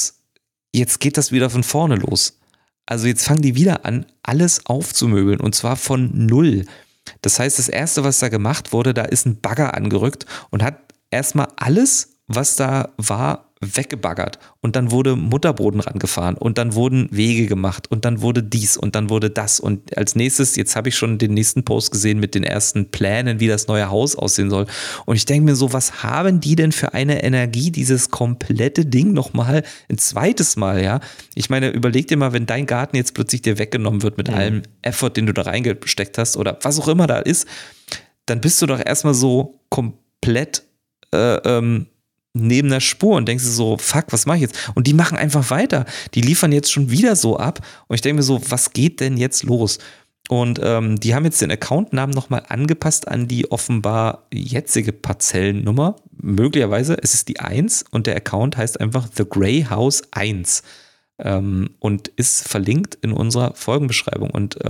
jetzt geht das wieder von vorne los. Also jetzt fangen die wieder an, alles aufzumöbeln und zwar von null. Das heißt, das Erste, was da gemacht wurde, da ist ein Bagger angerückt und hat erstmal alles, was da war, weggebaggert. Und dann wurde Mutterboden rangefahren und dann wurden Wege gemacht und dann wurde dies und dann wurde das. Und als nächstes, jetzt habe ich schon den nächsten Post gesehen mit den ersten Plänen, wie das neue Haus aussehen soll. Und ich denke mir so, was haben die denn für eine Energie, dieses komplette Ding nochmal ein zweites Mal, ja? Ich meine, überleg dir mal, wenn dein Garten jetzt plötzlich dir weggenommen wird mit allem Effort, den du da reingesteckt hast oder was auch immer da ist, dann bist du doch erstmal so komplett neben der Spur und denkst du so, fuck, was mache ich jetzt? Und die machen einfach weiter. Die liefern jetzt schon wieder so ab. Und ich denke mir so, was geht denn jetzt los? Und die haben jetzt den Accountnamen nochmal angepasst an die offenbar jetzige Parzellennummer. Möglicherweise, es ist die 1 und der Account heißt einfach The Grey House 1 und ist verlinkt in unserer Folgenbeschreibung. Und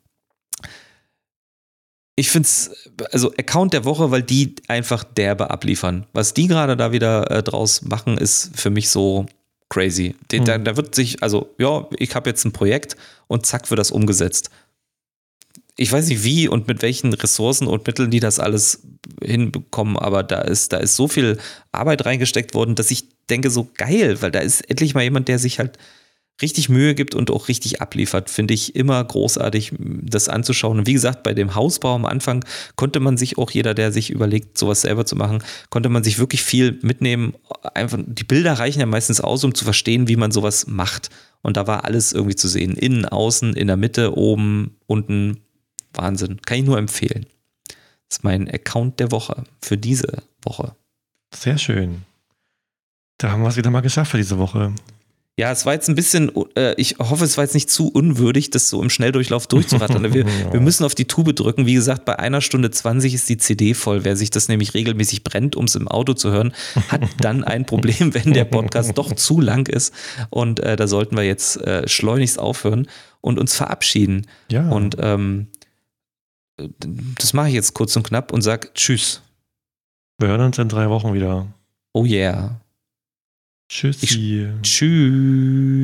ich finde es, also Account der Woche, weil die einfach derbe abliefern. Was die gerade da wieder draus machen, ist für mich so crazy. Da wird sich, also ja, ich habe jetzt ein Projekt und zack wird das umgesetzt. Ich weiß nicht wie und mit welchen Ressourcen und Mitteln die das alles hinbekommen, aber da ist so viel Arbeit reingesteckt worden, dass ich denke, so geil, weil da ist endlich mal jemand, der sich halt richtig Mühe gibt und auch richtig abliefert. Finde ich immer großartig, das anzuschauen. Und wie gesagt, bei dem Hausbau am Anfang konnte man sich auch, jeder, der sich überlegt, sowas selber zu machen, konnte man sich wirklich viel mitnehmen. Einfach, die Bilder reichen ja meistens aus, um zu verstehen, wie man sowas macht. Und da war alles irgendwie zu sehen. Innen, außen, in der Mitte, oben, unten. Wahnsinn. Kann ich nur empfehlen. Das ist mein Account der Woche für diese Woche. Sehr schön. Da haben wir es wieder mal geschafft für diese Woche. Ja, es war jetzt ein bisschen, ich hoffe, es war jetzt nicht zu unwürdig, das so im Schnelldurchlauf durchzurattern. Wir müssen auf die Tube drücken. Wie gesagt, bei 1 Stunde 20 ist die CD voll. Wer sich das nämlich regelmäßig brennt, um es im Auto zu hören, hat dann ein Problem, wenn der Podcast doch zu lang ist. Und da sollten wir jetzt schleunigst aufhören und uns verabschieden. Ja. Und das mache ich jetzt kurz und knapp und sage Tschüss. Wir hören uns in 3 Wochen wieder. Oh yeah. Tschüssi. Tschüss.